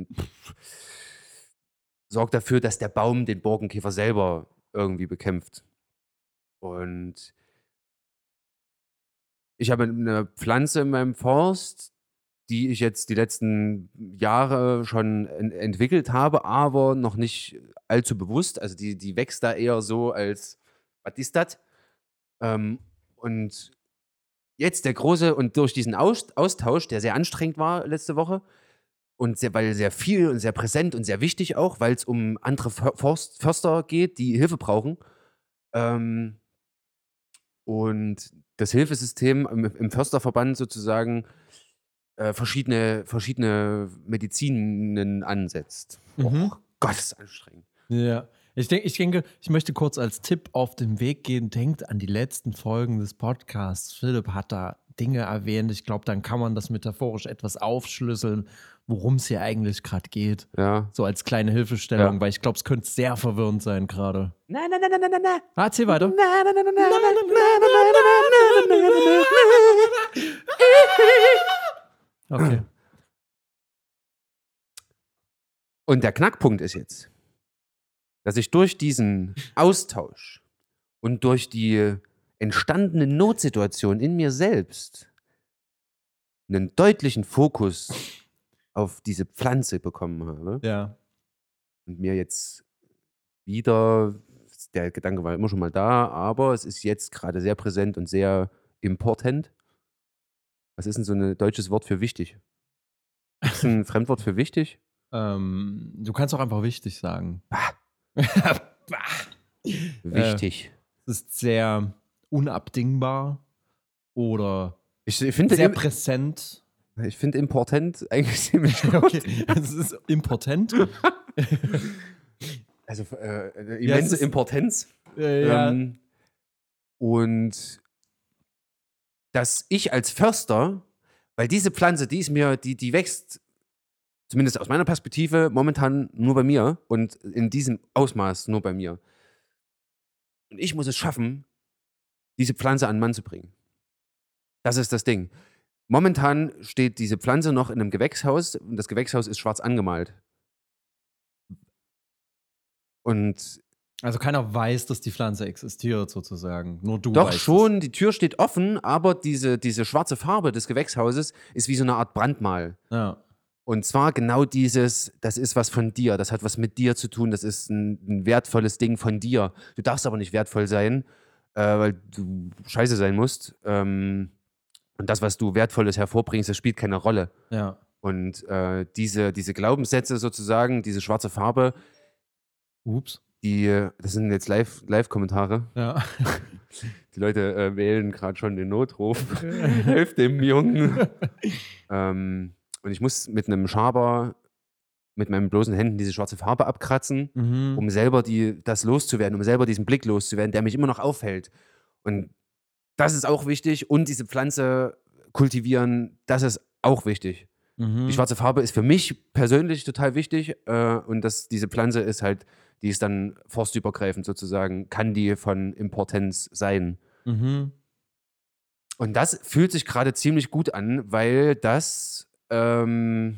sorgt dafür, dass der Baum den Borkenkäfer selber irgendwie bekämpft. Und ich habe eine Pflanze in meinem Forst, die ich jetzt die letzten Jahre schon entwickelt habe, aber noch nicht allzu bewusst. Also die wächst da eher so als, was ist das? Und jetzt und durch diesen Austausch, der sehr anstrengend war letzte Woche, und weil sehr viel und sehr präsent und sehr wichtig auch, weil es um andere Förster geht, die Hilfe brauchen. Und das Hilfesystem im Försterverband sozusagen verschiedene Medizinen ansetzt. Oh Gott, das ist anstrengend. Ja. Ich denke, ich möchte kurz als Tipp auf den Weg gehen. Denkt an die letzten Folgen des Podcasts. Philipp hat da Dinge erwähnt. Ich glaube, dann kann man das metaphorisch etwas aufschlüsseln, worum es hier eigentlich gerade geht. Ja. So als kleine Hilfestellung, Ja. weil ich glaube, es könnte sehr verwirrend sein gerade. Nein, nein, nein, nein, nein, nein. Erzähl weiter. Okay. Und der Knackpunkt ist jetzt, dass ich durch diesen Austausch und durch die entstandene Notsituation in mir selbst einen deutlichen Fokus auf diese Pflanze bekommen habe Ja. und mir jetzt wieder, der Gedanke war immer schon mal da, aber es ist jetzt gerade sehr präsent und sehr important. Was ist denn so ein deutsches Wort für wichtig? Ist es ein Fremdwort für wichtig? Du kannst auch einfach wichtig sagen. Bah, Äh, wichtig. Es ist sehr unabdingbar oder Ich finde sehr präsent. ich finde important eigentlich ziemlich gut. Okay, es ist impotent. Also eine Ja, es immense ist- Importanz. Ja. Und dass ich als Förster, weil diese Pflanze, die wächst, zumindest aus meiner Perspektive, momentan nur bei mir und in diesem Ausmaß nur bei mir. Und ich muss es schaffen, diese Pflanze an den Mann zu bringen. Das ist das Ding. Momentan steht diese Pflanze noch in einem Gewächshaus und das Gewächshaus ist schwarz angemalt. Und Also keiner weiß, dass die Pflanze existiert, sozusagen. Nur du doch weißt schon, die Tür steht offen, aber diese schwarze Farbe des Gewächshauses ist wie so eine Art Brandmal. es. Ja. Und zwar genau dieses, das ist was von dir, das hat was mit dir zu tun, das ist ein wertvolles Ding von dir. Du darfst aber nicht wertvoll sein, weil du scheiße sein musst. Und das, was du Wertvolles hervorbringst, das spielt keine Rolle. Ja. Und diese Glaubenssätze sozusagen, diese schwarze Farbe, Ups. das sind jetzt Live-Kommentare. Ja. Die Leute wählen gerade schon den Notruf. Helft dem Jungen. Und ich muss mit einem Schaber, mit meinen bloßen Händen diese schwarze Farbe abkratzen, um selber das loszuwerden, um selber diesen Blick loszuwerden, der mich immer noch aufhält. Und das ist auch wichtig. Und diese Pflanze kultivieren, das ist auch wichtig. Die schwarze Farbe ist für mich persönlich total wichtig. Und diese Pflanze ist halt, die ist dann forstübergreifend sozusagen, kann die von Importanz sein. Und das fühlt sich gerade ziemlich gut an, weil das den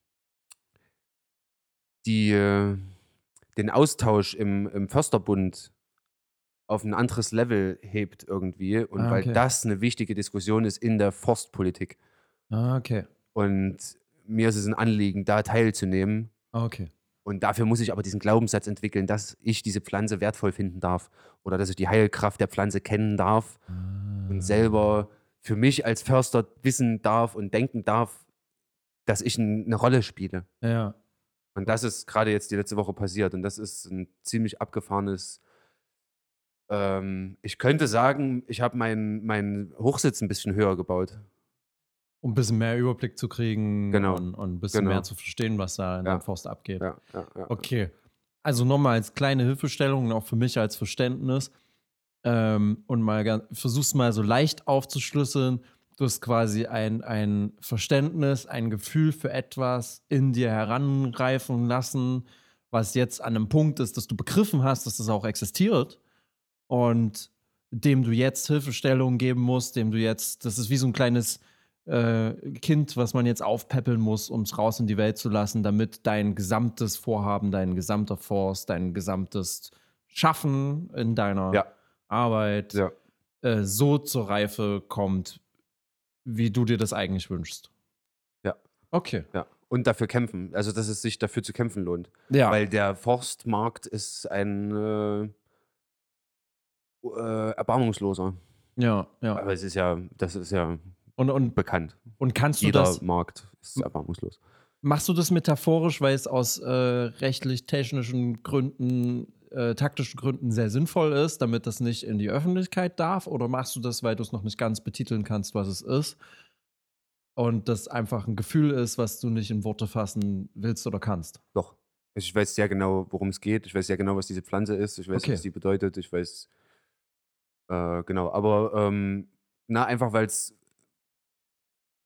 Austausch im Försterbund auf ein anderes Level hebt irgendwie und weil okay. das eine wichtige Diskussion ist in der Forstpolitik. Okay. Und mir ist es ein Anliegen, da teilzunehmen. Okay. Und dafür muss ich aber diesen Glaubenssatz entwickeln, dass ich diese Pflanze wertvoll finden darf oder dass ich die Heilkraft der Pflanze kennen darf und selber für mich als Förster wissen darf und denken darf, dass ich eine Rolle spiele. Ja. Und das ist gerade jetzt die letzte Woche passiert und das ist ein ziemlich abgefahrenes. Ich könnte sagen, ich habe meinen Hochsitz ein bisschen höher gebaut. Um ein bisschen mehr Überblick zu kriegen Genau. und ein bisschen Genau. mehr zu verstehen, was da in Ja. deinem Forst abgeht. Ja. Okay. Also nochmal als kleine Hilfestellung und auch für mich als Verständnis und mal versuch's mal so leicht aufzuschlüsseln. Du hast quasi ein Verständnis, ein Gefühl für etwas in dir heranreifen lassen, was jetzt an einem Punkt ist, dass du begriffen hast, dass das auch existiert und dem du jetzt Hilfestellung geben musst, das ist wie so ein kleines Kind, was man jetzt aufpäppeln muss, um es raus in die Welt zu lassen, damit dein gesamtes Vorhaben, dein gesamter Forst, dein gesamtes Schaffen in deiner Arbeit so zur Reife kommt, wie du dir das eigentlich wünschst. Ja. Okay. Ja. Und dafür kämpfen. Also, dass es sich dafür zu kämpfen lohnt. Ja. Weil der Forstmarkt ist ein erbarmungsloser. Ja. Aber das ist ja Und bekannt. kannst du Jeder das, Markt ist erbarmungslos. machst du das metaphorisch, weil es aus rechtlich-technischen Gründen, taktischen Gründen sehr sinnvoll ist, damit das nicht in die Öffentlichkeit darf? Oder machst du das, weil du es noch nicht ganz betiteln kannst, was es ist? Und das einfach ein Gefühl ist, was du nicht in Worte fassen willst oder kannst? Doch. Ich weiß sehr genau, worum es geht. Ich weiß sehr genau, was diese Pflanze ist. Ich weiß, Okay. was die bedeutet. Ich weiß genau. Aber einfach, weil es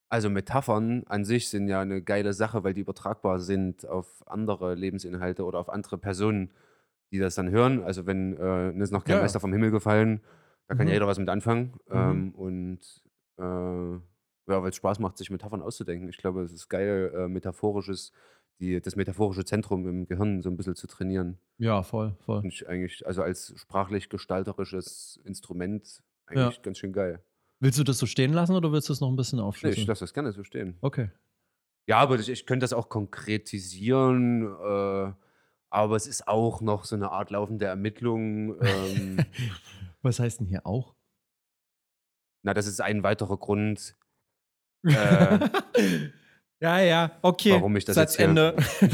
Also Metaphern an sich sind ja eine geile Sache, weil die übertragbar sind auf andere Lebensinhalte oder auf andere Personen, die das dann hören. Also wenn ist noch kein Ja. Meister vom Himmel gefallen, da kann ja jeder was mit anfangen. Und ja, weil es Spaß macht, sich Metaphern auszudenken. Ich glaube, es ist geil, das metaphorische Zentrum im Gehirn so ein bisschen zu trainieren. Ja, voll. Finde ich eigentlich, also als sprachlich-gestalterisches Instrument eigentlich ganz schön geil. Willst du das so stehen lassen oder willst du es noch ein bisschen Nee, aufschlüsseln? ich lasse das gerne so stehen. Okay. Ja, aber ich könnte das auch konkretisieren, aber es ist auch noch so eine Art laufende Ermittlung. Was heißt denn hier auch? Na, das ist ein weiterer Grund, äh, Ja, okay. warum ich das jetzt hier Satzende.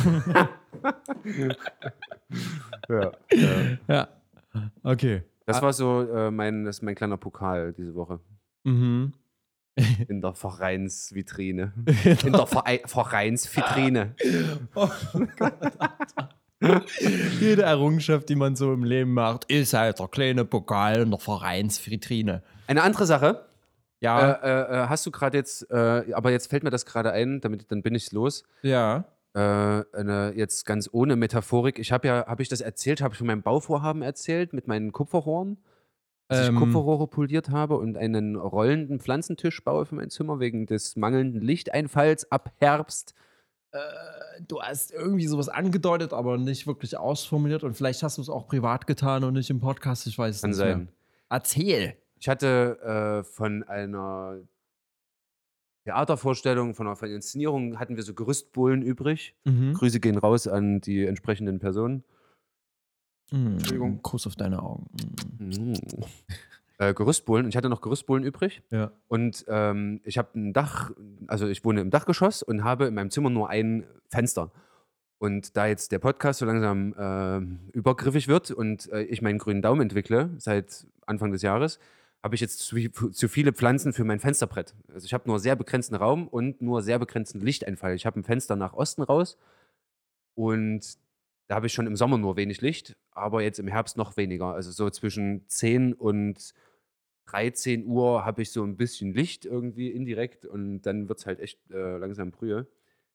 Ja. Ja. Okay. Das war so das ist mein kleiner Pokal diese Woche Mhm. in der Vereinsvitrine. In der Vereinsvitrine. Oh Gott, Alter. Jede Errungenschaft, die man so im Leben macht, ist halt der kleine Pokal in der Vereinsvitrine. Eine andere Sache. Ja. Hast du gerade jetzt, aber jetzt fällt mir das gerade ein, dann bin ich los. Ja. Jetzt ganz ohne Metaphorik. Habe ich das erzählt? Habe ich von meinem Bauvorhaben erzählt mit meinen Kupferrohren? Dass ich Kupferrohre poliert habe und einen rollenden Pflanzentisch baue für mein Zimmer wegen des mangelnden Lichteinfalls ab Herbst. Du hast irgendwie sowas angedeutet, aber nicht wirklich ausformuliert. Und vielleicht hast du es auch privat getan und nicht im Podcast. Ich weiß es Kann nicht sein. mehr. Erzähl. Ich hatte von einer Theatervorstellung, von einer Inszenierung, hatten wir so Gerüstbohlen übrig. Grüße gehen raus an die entsprechenden Personen. Entschuldigung. Kuss auf deine Augen. Gerüstbohlen. Und ich hatte noch Gerüstbohlen übrig. Ja. Und ich habe ein Dach, also ich wohne im Dachgeschoss und habe in meinem Zimmer nur ein Fenster. Und da jetzt der Podcast so langsam übergriffig wird und ich meinen grünen Daumen entwickle seit Anfang des Jahres, habe ich jetzt zu viele Pflanzen für mein Fensterbrett. Also ich habe nur sehr begrenzten Raum und nur sehr begrenzten Lichteinfall. Ich habe ein Fenster nach Osten raus und da habe ich schon im Sommer nur wenig Licht, aber jetzt im Herbst noch weniger. Also so zwischen 10 und 13 Uhr habe ich so ein bisschen Licht irgendwie indirekt und dann wird es halt echt langsam Brühe.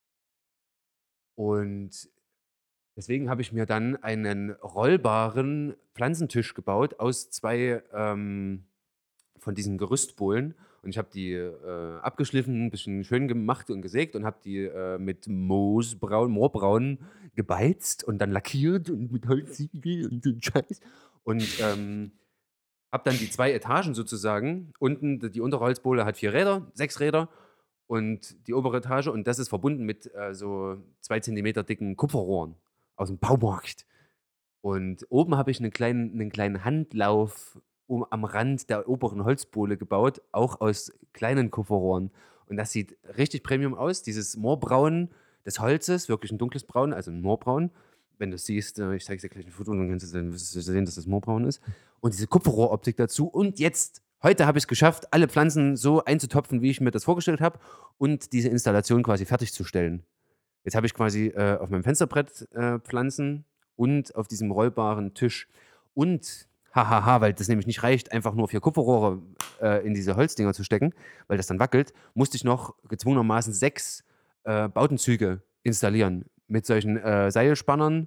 Und deswegen habe ich mir dann einen rollbaren Pflanzentisch gebaut aus 2 von diesen Gerüstbohlen. Und ich habe die abgeschliffen, ein bisschen schön gemacht und gesägt und habe die mit Moorbraun gebeizt und dann lackiert und mit Holzsiegel und so Scheiß. Und habe dann die 2 Etagen sozusagen. Unten, die untere Holzbohle hat 4 Räder, 6 Räder. Und die obere Etage. Und das ist verbunden mit so 2 Zentimeter dicken Kupferrohren aus dem Baumarkt. Und oben habe ich einen kleinen Handlauf am Rand der oberen Holzbohle gebaut, auch aus kleinen Kupferrohren. Und das sieht richtig Premium aus. Dieses Moorbraun des Holzes, wirklich ein dunkles Braun, also ein Moorbraun. Wenn du es siehst, ich zeige dir gleich ein Foto, dann kannst du sehen, dass das Moorbraun ist. Und diese Kupferrohroptik dazu. Und jetzt, heute habe ich es geschafft, alle Pflanzen so einzutopfen, wie ich mir das vorgestellt habe und diese Installation quasi fertigzustellen. Jetzt habe ich quasi auf meinem Fensterbrett Pflanzen und auf diesem rollbaren Tisch. Und, weil das nämlich nicht reicht, einfach nur 4 Kupferrohre in diese Holzdinger zu stecken, weil das dann wackelt, musste ich noch gezwungenermaßen 6 Bautenzüge installieren. Mit solchen Seilspannern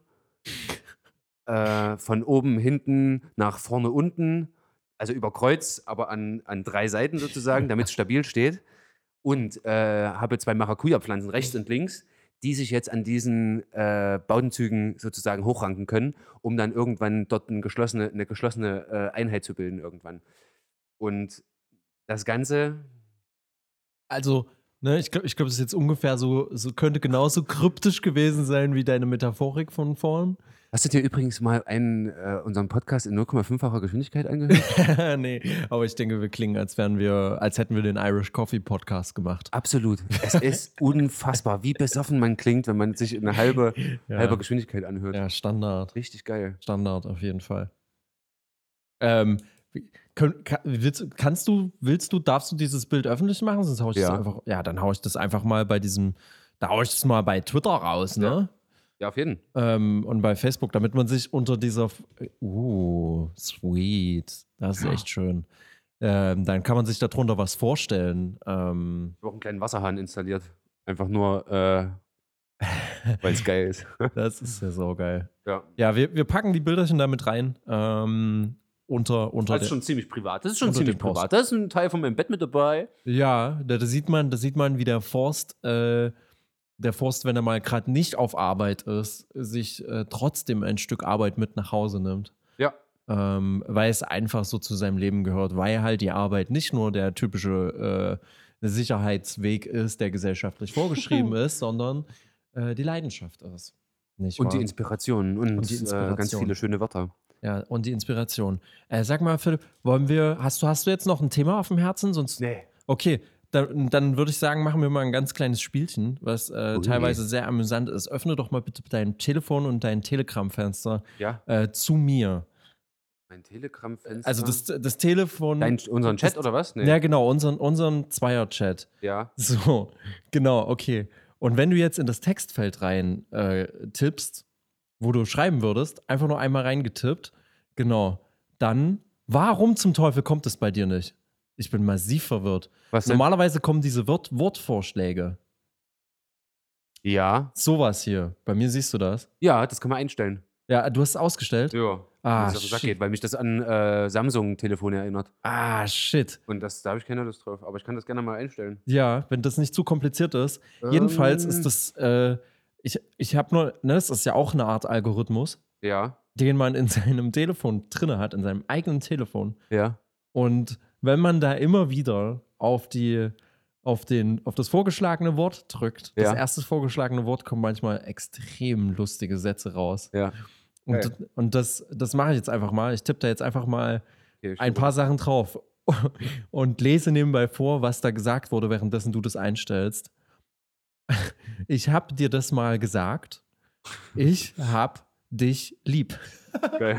von oben, hinten nach vorne, unten. Also über Kreuz, aber an 3 Seiten sozusagen, damit es stabil steht. Und habe 2 Maracuja-Pflanzen rechts und links, die sich jetzt an diesen Bautenzügen sozusagen hochranken können, um dann irgendwann dort eine geschlossene Einheit zu bilden irgendwann. Und das Ganze. Also, ne, ich glaube, das ist jetzt ungefähr so könnte genauso kryptisch gewesen sein wie deine Metaphorik von vorn. Hast du dir übrigens mal unseren Podcast in 0,5-facher Geschwindigkeit angehört? Nee, aber ich denke, wir klingen, als hätten wir den Irish Coffee Podcast gemacht. Absolut. Es ist unfassbar, wie besoffen man klingt, wenn man sich in eine halbe Geschwindigkeit anhört. Ja, Standard. Richtig geil. Standard, auf jeden Fall. Darfst du dieses Bild öffentlich machen? Sonst hau ich das einfach. Ja, dann hau ich das einfach mal bei Twitter raus, ne? Ja, auf jeden Fall. Und bei Facebook, damit man sich unter dieser. Sweet. Das ist echt schön. dann kann man sich darunter was vorstellen. Ich habe auch einen kleinen Wasserhahn installiert. Einfach nur, weil es geil ist. Das ist ja so geil. Ja. Ja, wir packen die Bilderchen damit rein. Unter Das ist schon ziemlich privat. Das ist schon unter ziemlich dem Post. privat. Das ist ein Teil von meinem Bett mit dabei. Ja, da sieht man, wie der Forst, wenn er mal gerade nicht auf Arbeit ist, sich trotzdem ein Stück Arbeit mit nach Hause nimmt. Ja. Weil es einfach so zu seinem Leben gehört, weil halt die Arbeit nicht nur der typische Sicherheitsweg ist, der gesellschaftlich vorgeschrieben ist, sondern die Leidenschaft ist. Nicht Und wahr? die Inspiration und die Inspiration. ganz viele schöne Wörter. Ja, und die Inspiration. Sag mal, Philipp, hast du jetzt noch ein Thema auf dem Herzen? Sonst. Nee. Okay, dann würde ich sagen, machen wir mal ein ganz kleines Spielchen, was teilweise sehr amüsant ist. Öffne doch mal bitte dein Telefon und dein Telegram-Fenster Ja. zu mir. Mein Telegram-Fenster. Also das Telefon. Unseren Chat oder was? Nee. Ja, genau, unseren Zweier-Chat. Ja. So, genau, okay. Und wenn du jetzt in das Textfeld rein tippst, wo du schreiben würdest, einfach nur einmal reingetippt, genau, dann, warum zum Teufel kommt es bei dir nicht? Ich bin massiv verwirrt. Was denn? Normalerweise kommen diese Wortvorschläge. Ja. Sowas hier. Bei mir siehst du das. Ja, das kann man einstellen. Ja, du hast es ausgestellt? Ja. Ah, Wenn es auf den Sack shit. geht, weil mich das an Samsung-Telefone erinnert. Ah, shit. Und da habe ich keine Lust drauf. Aber ich kann das gerne mal einstellen. Ja, wenn das nicht zu kompliziert ist. Jedenfalls ist das, ich habe nur, ne, das ist ja auch eine Art Algorithmus, Ja. den man in seinem Telefon drinne hat, in seinem eigenen Telefon. Ja. Und wenn man da immer wieder auf das vorgeschlagene Wort drückt, das Ja. erste vorgeschlagene Wort, kommen manchmal extrem lustige Sätze raus. Ja. Und das mache ich jetzt einfach mal. Ich tippe da jetzt einfach mal Okay, ein paar Sachen drauf und lese nebenbei vor, was da gesagt wurde, währenddessen du das einstellst. Ich habe dir das mal gesagt. Ich hab dich lieb. Geil.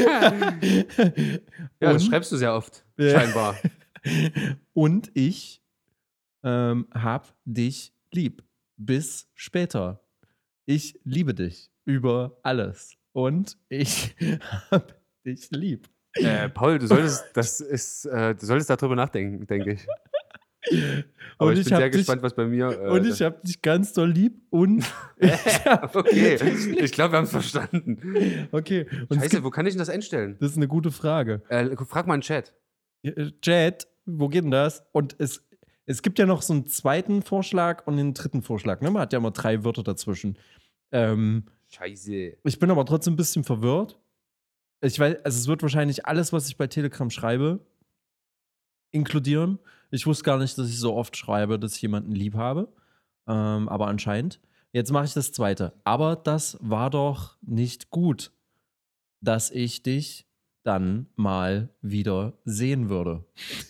Ja, das schreibst du sehr oft, scheinbar. Und ich hab dich lieb. Bis später. Ich liebe dich über alles. Und ich hab dich lieb. Paul, du solltest darüber nachdenken, denke ich. Aber Und ich bin sehr gespannt, was bei mir. Und ich hab dich ganz doll lieb und okay, ich glaube, wir haben es verstanden. Okay. Und Scheiße, wo kann ich denn das einstellen? das ist eine gute Frage. Frag mal in den Chat. Chat, wo geht denn das? Und es gibt ja noch so einen zweiten Vorschlag und einen dritten Vorschlag. Ne? Man hat ja immer 3 Wörter dazwischen. Scheiße. Ich bin aber trotzdem ein bisschen verwirrt. Ich weiß, also es wird wahrscheinlich alles, was ich bei Telegram schreibe, inkludieren. Ich wusste gar nicht, dass ich so oft schreibe, dass ich jemanden lieb habe. Aber anscheinend. Jetzt mache ich das zweite. Aber das war doch nicht gut, dass ich dich dann mal wieder sehen würde.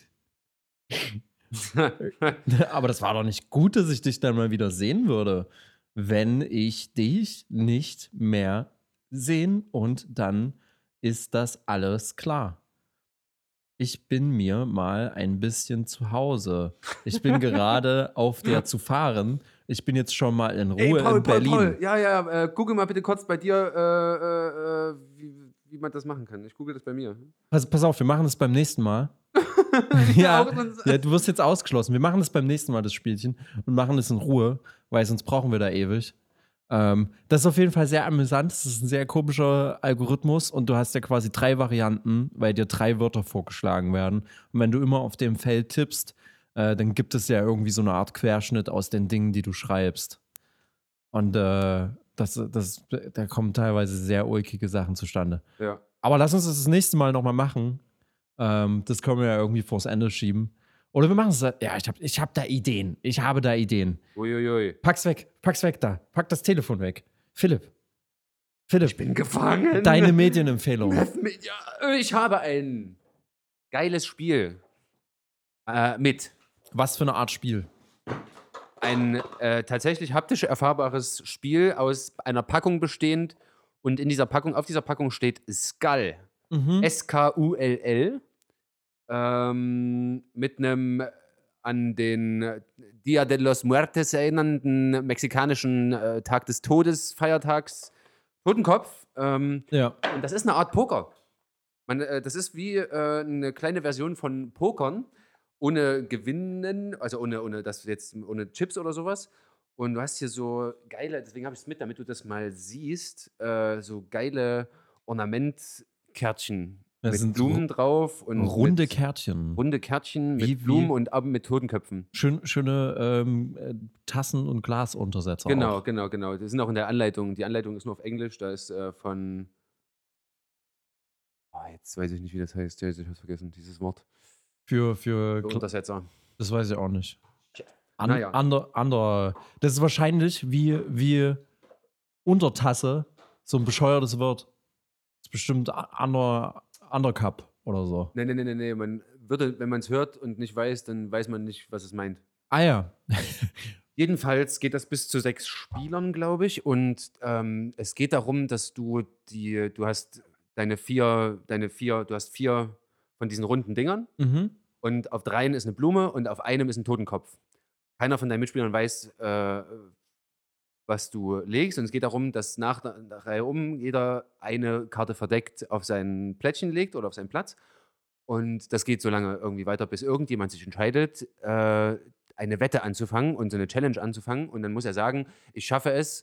Aber das war doch nicht gut, dass ich dich dann mal wieder sehen würde, wenn ich dich nicht mehr sehen und dann ist das alles klar. Ich bin mir mal ein bisschen zu Hause. Ich bin gerade auf der zu fahren. Ich bin jetzt schon mal in Ruhe in Berlin. Paul. Ja, google mal bitte kurz bei dir, wie man das machen kann. Ich google das bei mir. Pass auf, wir machen das beim nächsten Mal. ja, du wirst jetzt ausgeschlossen. Wir machen das beim nächsten Mal, das Spielchen, und machen es in Ruhe, weil sonst brauchen wir da ewig. Das ist auf jeden Fall sehr amüsant. Das ist ein sehr komischer Algorithmus und du hast ja quasi 3 Varianten, weil dir 3 Wörter vorgeschlagen werden. Und wenn du immer auf dem Feld tippst, dann gibt es ja irgendwie so eine Art Querschnitt aus den Dingen, die du schreibst. Und da kommen teilweise sehr ulkige Sachen zustande. Ja. Aber lass uns das nächste Mal nochmal machen. Das können wir ja irgendwie vors Ende schieben. Oder wir machen es. Ja, ich hab da Ideen. Ich habe da Ideen. Uiuiui. Pack's weg da. Pack das Telefon weg. Philipp. Ich bin gefangen. Deine Medienempfehlung. Ich habe ein geiles Spiel mit. Was für eine Art Spiel? Ein tatsächlich haptisch erfahrbares Spiel aus einer Packung bestehend. Und auf dieser Packung steht Skull. SKULL. Mit einem an den Dia de los Muertes erinnernden mexikanischen Tag des Todes, Feiertags, Totenkopf. Ja. Und das ist eine Art Poker. Das ist wie eine kleine Version von Pokern, ohne Gewinnen, also ohne Chips oder sowas. Und du hast hier so geile, deswegen habe ich es mit, damit du das mal siehst, so geile Ornamentkärtchen Das mit sind Blumen drauf und runde mit Kärtchen. runde Kärtchen mit Wie, Blumen wie und Abend mit Totenköpfen. schöne Tassen- und Glasuntersetzer Genau, auch. genau. Die sind auch in der Anleitung. Die Anleitung ist nur auf Englisch. Da ist von. Jetzt weiß ich nicht, wie das heißt. Ich habe es vergessen, dieses Wort. Für Für Untersetzer. das weiß ich auch nicht. Naja. Das ist wahrscheinlich wie Untertasse so ein bescheuertes Wort. Das ist bestimmt Undercup oder so. Nee. Man würde, wenn man es hört und nicht weiß, dann weiß man nicht, was es meint. Ah ja. Jedenfalls geht das bis zu 6 Spielern, glaube ich. Und es geht darum, dass du hast du hast 4 von diesen runden Dingern. Mhm. Und auf 3 ist eine Blume und auf einem ist ein Totenkopf. Keiner von deinen Mitspielern weiß, was du legst. Und es geht darum, dass nach der Reihe jeder eine Karte verdeckt auf sein Plättchen legt oder auf seinen Platz. Und das geht so lange irgendwie weiter, bis irgendjemand sich entscheidet, eine Wette anzufangen und so eine Challenge anzufangen. Und dann muss er sagen, ich schaffe es,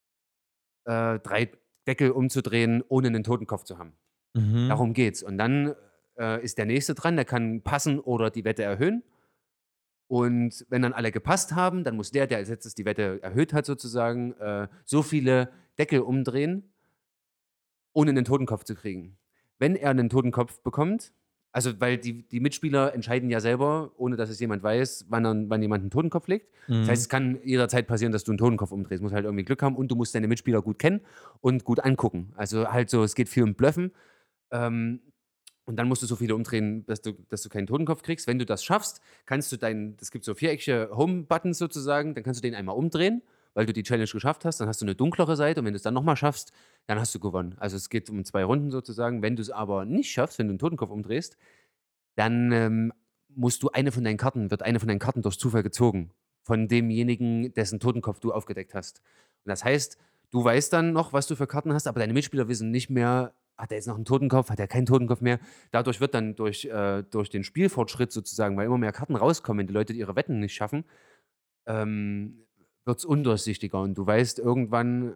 3 Deckel umzudrehen, ohne einen Totenkopf zu haben. Mhm. Darum geht's. Und dann ist der Nächste dran, der kann passen oder die Wette erhöhen. Und wenn dann alle gepasst haben, dann muss der als letztes die Wette erhöht hat, sozusagen, so viele Deckel umdrehen, ohne einen Totenkopf zu kriegen. Wenn er einen Totenkopf bekommt, also weil die Mitspieler entscheiden ja selber, ohne dass es jemand weiß, wann jemand einen Totenkopf legt. Das heißt, es kann jederzeit passieren, dass du einen Totenkopf umdrehst. Du musst halt irgendwie Glück haben und du musst deine Mitspieler gut kennen und gut angucken. Also halt so, es geht viel um Bluffen. Und dann musst du so viele umdrehen, dass du keinen Totenkopf kriegst. Wenn du das schaffst, kannst du das gibt so viereckige Home-Buttons sozusagen, dann kannst du den einmal umdrehen, weil du die Challenge geschafft hast. Dann hast du eine dunklere Seite und wenn du es dann nochmal schaffst, dann hast du gewonnen. Also es geht um 2 Runden sozusagen. Wenn du es aber nicht schaffst, wenn du einen Totenkopf umdrehst, dann wird eine von deinen Karten durch Zufall gezogen. Von demjenigen, dessen Totenkopf du aufgedeckt hast. Und das heißt, du weißt dann noch, was du für Karten hast, aber deine Mitspieler wissen nicht mehr, hat er jetzt noch einen Totenkopf, hat er keinen Totenkopf mehr. Dadurch wird dann durch den Spielfortschritt sozusagen, weil immer mehr Karten rauskommen, wenn die Leute ihre Wetten nicht schaffen, wird es undurchsichtiger. Und du weißt irgendwann,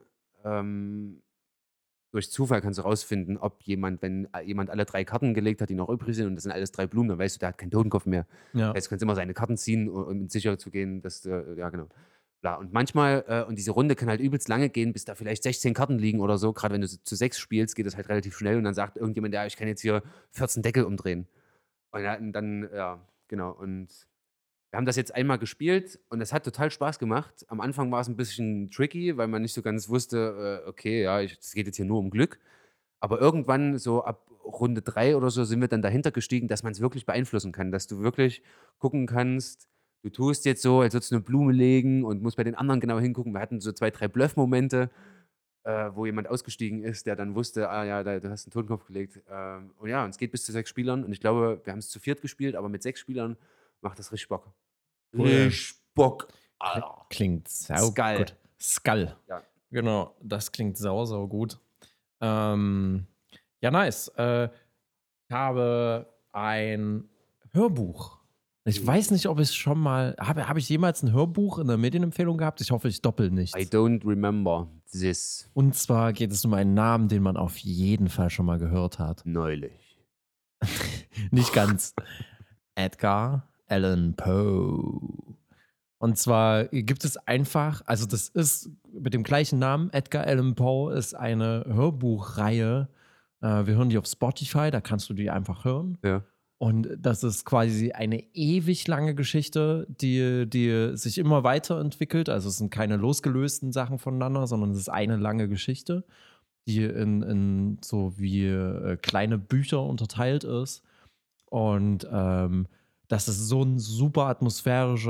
durch Zufall kannst du rausfinden, wenn jemand alle 3 Karten gelegt hat, die noch übrig sind und das sind alles 3 Blumen, dann weißt du, der hat keinen Totenkopf mehr. Ja. Das heißt, du kannst immer seine Karten ziehen, um sicher zu gehen, dass ja genau. Klar. Und manchmal, und diese Runde kann halt übelst lange gehen, bis da vielleicht 16 Karten liegen oder so. Gerade wenn du zu 6 spielst, geht das halt relativ schnell und dann sagt irgendjemand, ja, ich kann jetzt hier 14 Deckel umdrehen. Und dann, ja, genau. Und wir haben das jetzt einmal gespielt und es hat total Spaß gemacht. Am Anfang war es ein bisschen tricky, weil man nicht so ganz wusste, okay, ja, es geht jetzt hier nur um Glück. Aber irgendwann, so ab Runde 3 oder so, sind wir dann dahinter gestiegen, dass man es wirklich beeinflussen kann, dass du wirklich gucken kannst, du tust jetzt so, als würdest du eine Blume legen und musst bei den anderen genau hingucken. Wir hatten so 2, 3 Bluff-Momente, wo jemand ausgestiegen ist, der dann wusste, ah ja, du hast einen Totenkopf gelegt. Und ja, und es geht bis zu 6 Spielern und ich glaube, wir haben es zu 4 gespielt, aber mit 6 Spielern macht das richtig Bock. Cool. Richtig Bock. Klingt sau Skull. gut. Skull. Ja. Genau, das klingt sau gut. Ja, nice. Ich habe ein Hörbuch. Ich weiß nicht, ob ich schon mal. Habe ich jemals ein Hörbuch in der Medienempfehlung gehabt? Ich hoffe, ich doppel nichts. I don't remember this. Und zwar geht es um einen Namen, den man auf jeden Fall schon mal gehört hat. Neulich. Nicht ganz. Edgar Allan Poe. Und zwar gibt es einfach, also das ist mit dem gleichen Namen, Edgar Allan Poe ist eine Hörbuchreihe. Wir hören die auf Spotify, da kannst du die einfach hören. Ja. Und das ist quasi eine ewig lange Geschichte, die sich immer weiterentwickelt. Also es sind keine losgelösten Sachen voneinander, sondern es ist eine lange Geschichte, die in so wie kleine Bücher unterteilt ist. Und das ist so ein super atmosphärisches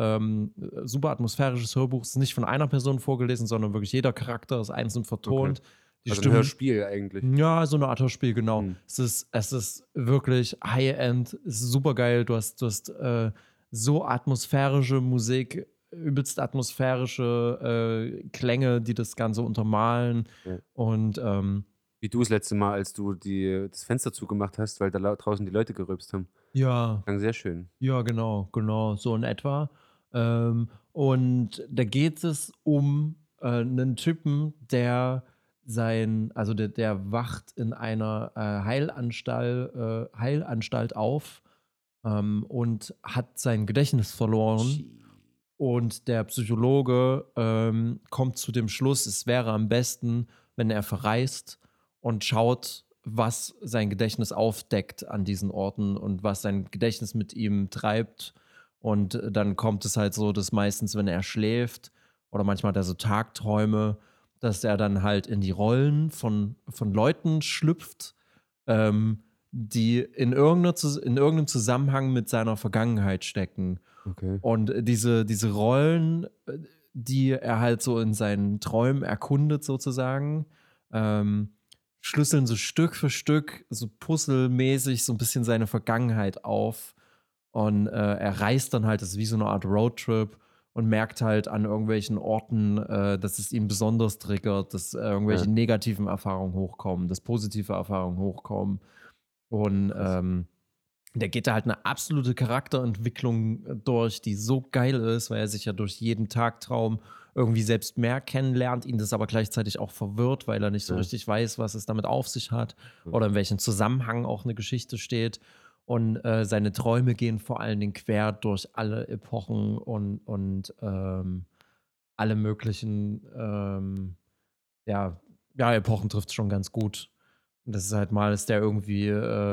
Hörbuch. Es ist nicht von einer Person vorgelesen, sondern wirklich jeder Charakter ist einzeln vertont. Okay. Die Also ein Stimmen, Hörspiel eigentlich. ja, so eine Art Hörspiel, genau. Hm. Es ist wirklich High-End, es ist super geil. Du hast so atmosphärische Musik, übelst atmosphärische Klänge, die das Ganze untermalen. Ja. Und Wie du das letzte Mal, als du das Fenster zugemacht hast, weil da draußen die Leute gerülpst haben. Ja, Klang sehr schön. ja, genau, so in etwa. Und da geht es um 'nen Typen, der also der wacht in einer Heilanstalt auf, und hat sein Gedächtnis verloren. Schi Und der Psychologe kommt zu dem Schluss, es wäre am besten, wenn er verreist und schaut, was sein Gedächtnis aufdeckt an diesen Orten und was sein Gedächtnis mit ihm treibt. Und dann kommt es halt so, dass meistens, wenn er schläft oder manchmal hat er so Tagträume, dass er dann halt in die Rollen von Leuten schlüpft, ähm, die in irgendeinem Zusammenhang mit seiner Vergangenheit stecken. Okay. Und diese Rollen, die er halt so in seinen Träumen erkundet sozusagen, ähm, schlüsseln so Stück für Stück, so puzzelmäßig so ein bisschen seine Vergangenheit auf. Und er reist dann halt, das ist wie so eine Art Roadtrip und merkt halt an irgendwelchen Orten, dass es ihn besonders triggert, dass Ja, irgendwelche negativen Erfahrungen hochkommen, dass positive Erfahrungen hochkommen. Und krass. der geht da halt eine absolute Charakterentwicklung durch, die so geil ist, weil er sich ja durch jeden Tagtraum irgendwie selbst mehr kennenlernt, ihn das aber gleichzeitig auch verwirrt, weil er nicht so Ja, richtig weiß, was es damit auf sich hat ja. oder in welchem Zusammenhang auch eine Geschichte steht. Und seine Träume gehen vor allen Dingen quer durch alle Epochen und alle möglichen, ja, ja, Epochen trifft es schon ganz gut. Und das ist halt mal ist der irgendwie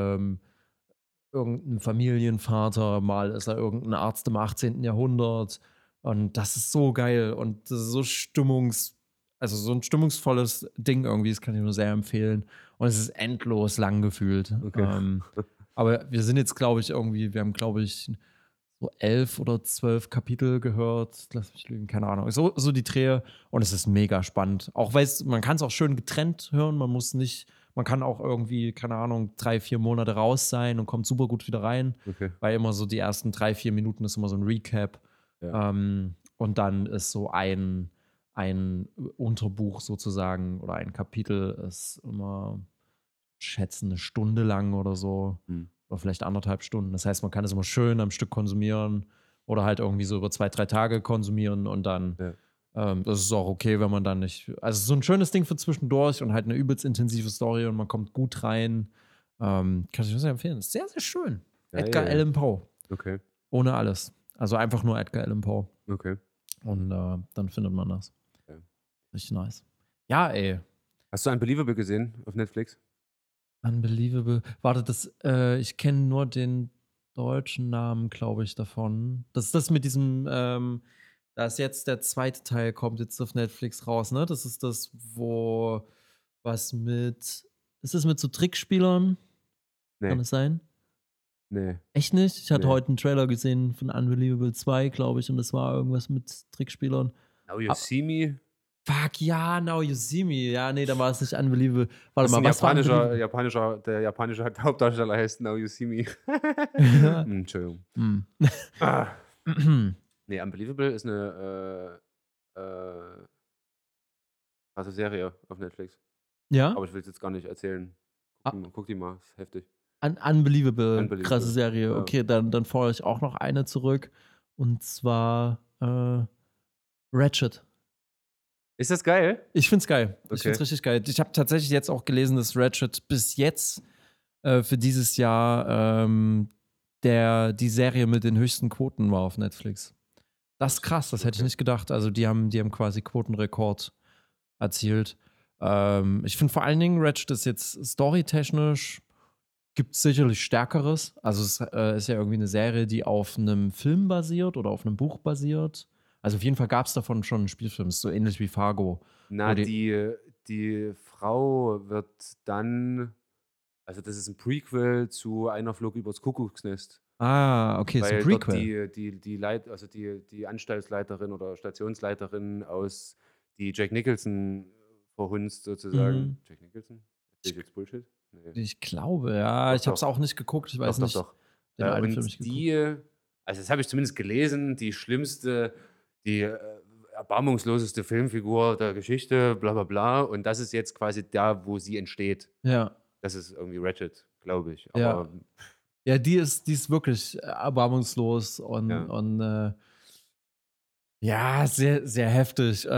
irgendein Familienvater, mal ist er irgendein Arzt im 18. Jahrhundert. Und das ist so geil und das ist so also so ein stimmungsvolles Ding irgendwie, das kann ich nur sehr empfehlen. Und es ist endlos lang gefühlt. Okay. Aber wir sind jetzt, glaube ich, wir haben, glaube ich, so 11 oder 12 Kapitel gehört. Lass mich lügen, keine Ahnung. So die Drehe. Und es ist mega spannend. Auch weil man kann es auch schön getrennt hören. Man kann auch irgendwie, keine Ahnung, 3, 4 Monate raus sein und kommt super gut wieder rein. Okay. Weil immer so die ersten 3, 4 Minuten ist immer so ein Recap. Ja. Und dann ist so ein Unterbuch sozusagen oder ein Kapitel ist immer, schätze, eine Stunde lang oder so. Hm. Oder vielleicht 1,5 Stunden. Das heißt, man kann es immer schön am Stück konsumieren oder halt irgendwie so über 2, 3 Tage konsumieren und dann, Ja. das ist auch okay, wenn man dann nicht, also so ein schönes Ding für zwischendurch und halt eine übelst intensive Story und man kommt gut rein. Kann ich sehr empfehlen. Ist sehr, sehr schön. Edgar Geil. Allan Poe. Okay. Ohne alles. Also einfach nur Edgar Allan Poe. Okay. Und dann findet man das. Ja. Richtig nice. Ja, ey. Hast du Unbelievable gesehen auf Netflix? Unbelievable. Warte, ich kenne nur den deutschen Namen, glaube ich, davon. Das ist das mit diesem, da ist jetzt der zweite Teil, kommt jetzt auf Netflix raus, ne? Das ist das, wo was ist das mit so Trickspielern? Kann Nee, es sein? nee, Echt nicht? Ich hatte nee. heute einen Trailer gesehen von Unbelievable 2, glaube ich, und es war irgendwas mit Trickspielern. Now You Ah, See Me? fuck, ja, Now You See Me. Ja, nee, dann war es nicht Unbelievable. Warte Das ist mal, ein was war Unbelievable? der japanische Hauptdarsteller heißt Now You See Me. Ja. Entschuldigung. Hm. Ah. Nee, Unbelievable ist eine krasse Serie auf Netflix. Ja? Aber ich will es jetzt gar nicht erzählen. Ah, Guck die mal, ist heftig. Unbelievable, krasse Unbelievable. Serie. Ja. Okay, dann fordere ich auch noch eine zurück. Und zwar Ratchet. Ist das geil? Ich find's geil. Ich Okay. find's richtig geil. Ich habe tatsächlich jetzt auch gelesen, dass Ratchet bis jetzt für dieses Jahr die Serie mit den höchsten Quoten war auf Netflix. Das ist krass, das hätte ich Okay. nicht gedacht. Also die haben quasi Quotenrekord erzielt. Ich finde vor allen Dingen, Ratchet ist jetzt storytechnisch, gibt es sicherlich Stärkeres. Also es ist ja irgendwie eine Serie, die auf einem Film basiert oder auf einem Buch basiert. Also auf jeden Fall gab es davon schon einen Spielfilm, ist so ähnlich wie Fargo. Na, Wo die, die Frau wird dann, also das ist ein Prequel zu Einer flog übers Kuckucksnest. okay, ist ein Weil dort Prequel. die Anstaltsleiterin oder Stationsleiterin die Jack Nicholson verhunzt sozusagen. Mhm. Jack Nicholson? Erzähl ich jetzt Bullshit? Nee. Ich glaube, ja. Doch, Ich habe es doch. auch nicht geguckt. Ich Doch, weiß doch, nicht, doch. den alten Film nicht Und geguckt. also das habe ich zumindest gelesen, die schlimmste, die erbarmungsloseste Filmfigur der Geschichte, bla bla bla. Und das ist jetzt quasi da, wo sie entsteht. Ja. Das ist irgendwie Ratchet, glaube ich. Ja. Aber Ja, die ist wirklich erbarmungslos und, Ja. und ja, sehr, sehr heftig.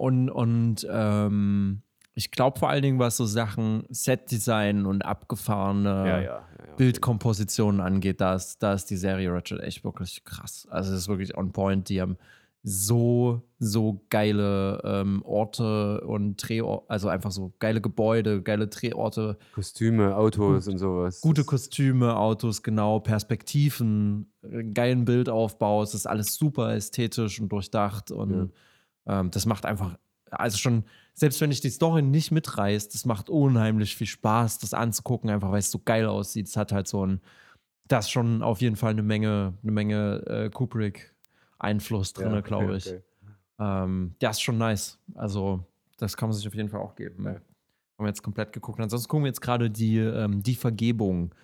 Ich glaube vor allen Dingen, was so Sachen Setdesign und abgefahrene Bildkompositionen angeht, da ist die Serie Ratchet echt wirklich krass. Also es ist wirklich on point. Die haben so geile Orte und Drehorte, also einfach so geile Gebäude, geile Drehorte. Kostüme, Autos und sowas. Gute Kostüme, Autos, genau, Perspektiven, geilen Bildaufbau. Es ist alles super ästhetisch und durchdacht. Und das macht einfach, also schon, selbst wenn ich die Story nicht mitreißt, das macht unheimlich viel Spaß, das anzugucken, einfach weil es so geil aussieht. Es hat halt das schon auf jeden Fall eine Menge Kubrick-Einfluss drin, glaube ich. Das ist schon nice. Also, das kann man sich auf jeden Fall auch geben. Ja. Haben wir jetzt komplett geguckt. Ansonsten gucken wir jetzt gerade die Vergebung.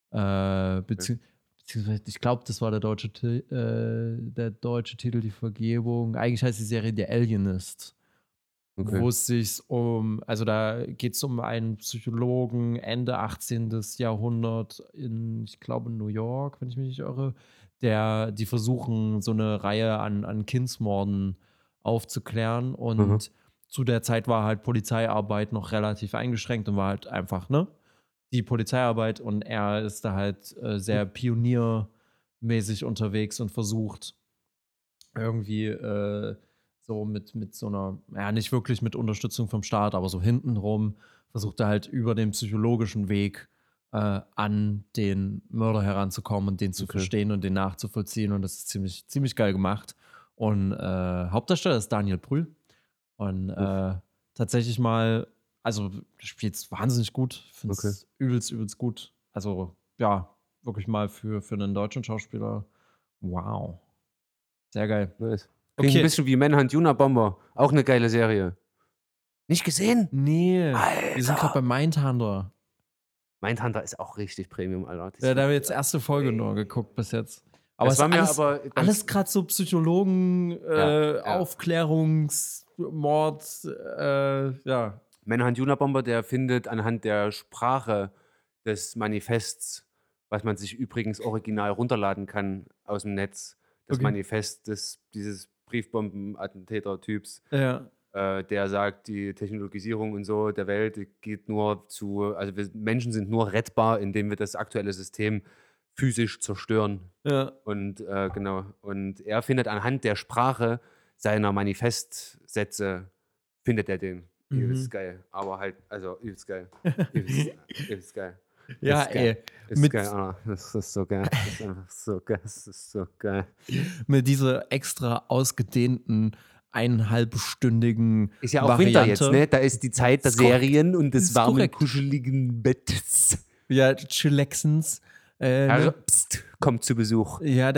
Beziehungsweise, ich glaube, das war der deutsche Titel, die Vergebung. Eigentlich heißt die Serie Der Alienist. Okay. Wo es sich also da geht es um einen Psychologen Ende 18. Jahrhundert ich glaube, New York, wenn ich mich nicht irre, die versuchen, so eine Reihe an Kindsmorden aufzuklären und zu der Zeit war halt Polizeiarbeit noch relativ eingeschränkt und war halt einfach, die Polizeiarbeit und er ist da halt sehr pioniermäßig unterwegs und versucht irgendwie so mit so einer, nicht wirklich mit Unterstützung vom Staat, aber so hintenrum versucht er halt über den psychologischen Weg an den Mörder heranzukommen und den zu verstehen und den nachzuvollziehen und das ist ziemlich geil gemacht. Und Hauptdarsteller ist Daniel Brühl. Und tatsächlich mal, also spielt es wahnsinnig gut. Ich finde es übelst gut. Also ja, wirklich mal für einen deutschen Schauspieler. Wow. Sehr geil. Nice. Klingt ein bisschen wie Manhunt Unabomber. Auch eine geile Serie. Nicht gesehen? Nee. Alter. Wir sind gerade bei Mindhunter. Mindhunter ist auch richtig Premium, Alter. Ja, da haben wir jetzt erste Folge nur geguckt bis jetzt. Aber es war alles gerade so Psychologen, Aufklärungs-, Mord, Manhunt Unabomber, der findet anhand der Sprache des Manifests, was man sich übrigens original runterladen kann aus dem Netz, das Manifest dieses Briefbombenattentäter-Typs, der sagt, die Technologisierung und so der Welt geht nur also wir Menschen sind nur rettbar, indem wir das aktuelle System physisch zerstören. Ja. Und genau. Und er findet anhand der Sprache seiner Manifestsätze, findet er den. Übelst geil. Aber halt, also übelst geil. Übelst geil. Ja, ey. Ist geil, Anna. Das ist so geil. Das ist einfach so geil. Das ist so geil. Mit dieser extra ausgedehnten 1,5-stündigen ist ja auch Variante. Winter jetzt, ne? Da ist die Zeit der Serien und des warmen, kuscheligen Bettes. Ja, Chillaxens. Psst, kommt zu Besuch. Ja,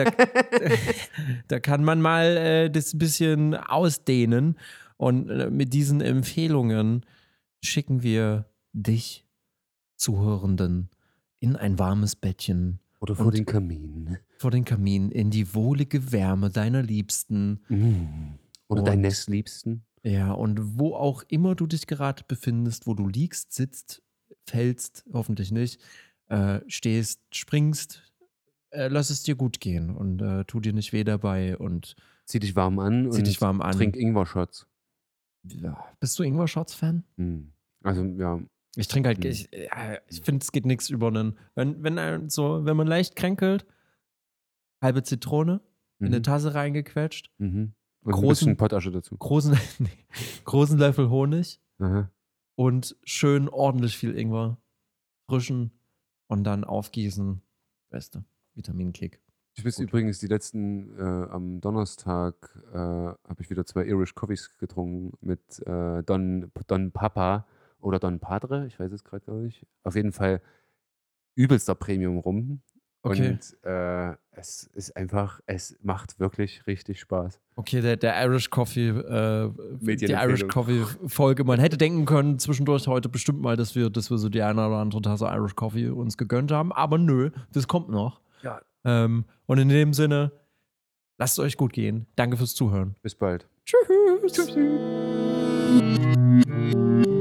da kann man mal das ein bisschen ausdehnen. Und mit diesen Empfehlungen schicken wir dich, Zuhörenden, in ein warmes Bettchen. Oder vor den Kamin. Vor den Kamin, in die wohlige Wärme deiner Liebsten. Oder deines Liebsten. Ja, und wo auch immer du dich gerade befindest, wo du liegst, sitzt, fällst, hoffentlich nicht, stehst, springst, lass es dir gut gehen und tu dir nicht weh dabei und zieh dich warm an und trink Ingwer-Shots. Ja. Bist du Ingwer-Shots-Fan? Also, ja. Ich trinke halt, ich finde, es geht nichts über einen, wenn man leicht kränkelt, halbe Zitrone in eine Tasse reingequetscht, und ein bisschen Pottasche dazu. Großen Löffel Honig und schön ordentlich viel Ingwer, frischen und dann aufgießen. Beste Vitaminkick. Ich bin übrigens die letzten, am Donnerstag habe ich wieder 2 Irish Coffees getrunken mit Don Papa oder Don Padre, ich weiß es gerade gar nicht. Auf jeden Fall übelster Premium rum. Okay. Und es ist einfach, es macht wirklich richtig Spaß. Okay, der Irish Coffee, die Irish Coffee Folge. Man hätte denken können, zwischendurch heute bestimmt mal, dass wir so die eine oder andere Tasse Irish Coffee uns gegönnt haben. Aber nö, das kommt noch. Ja. Und in dem Sinne, lasst es euch gut gehen. Danke fürs Zuhören. Bis bald. Tschüss. Tschüss.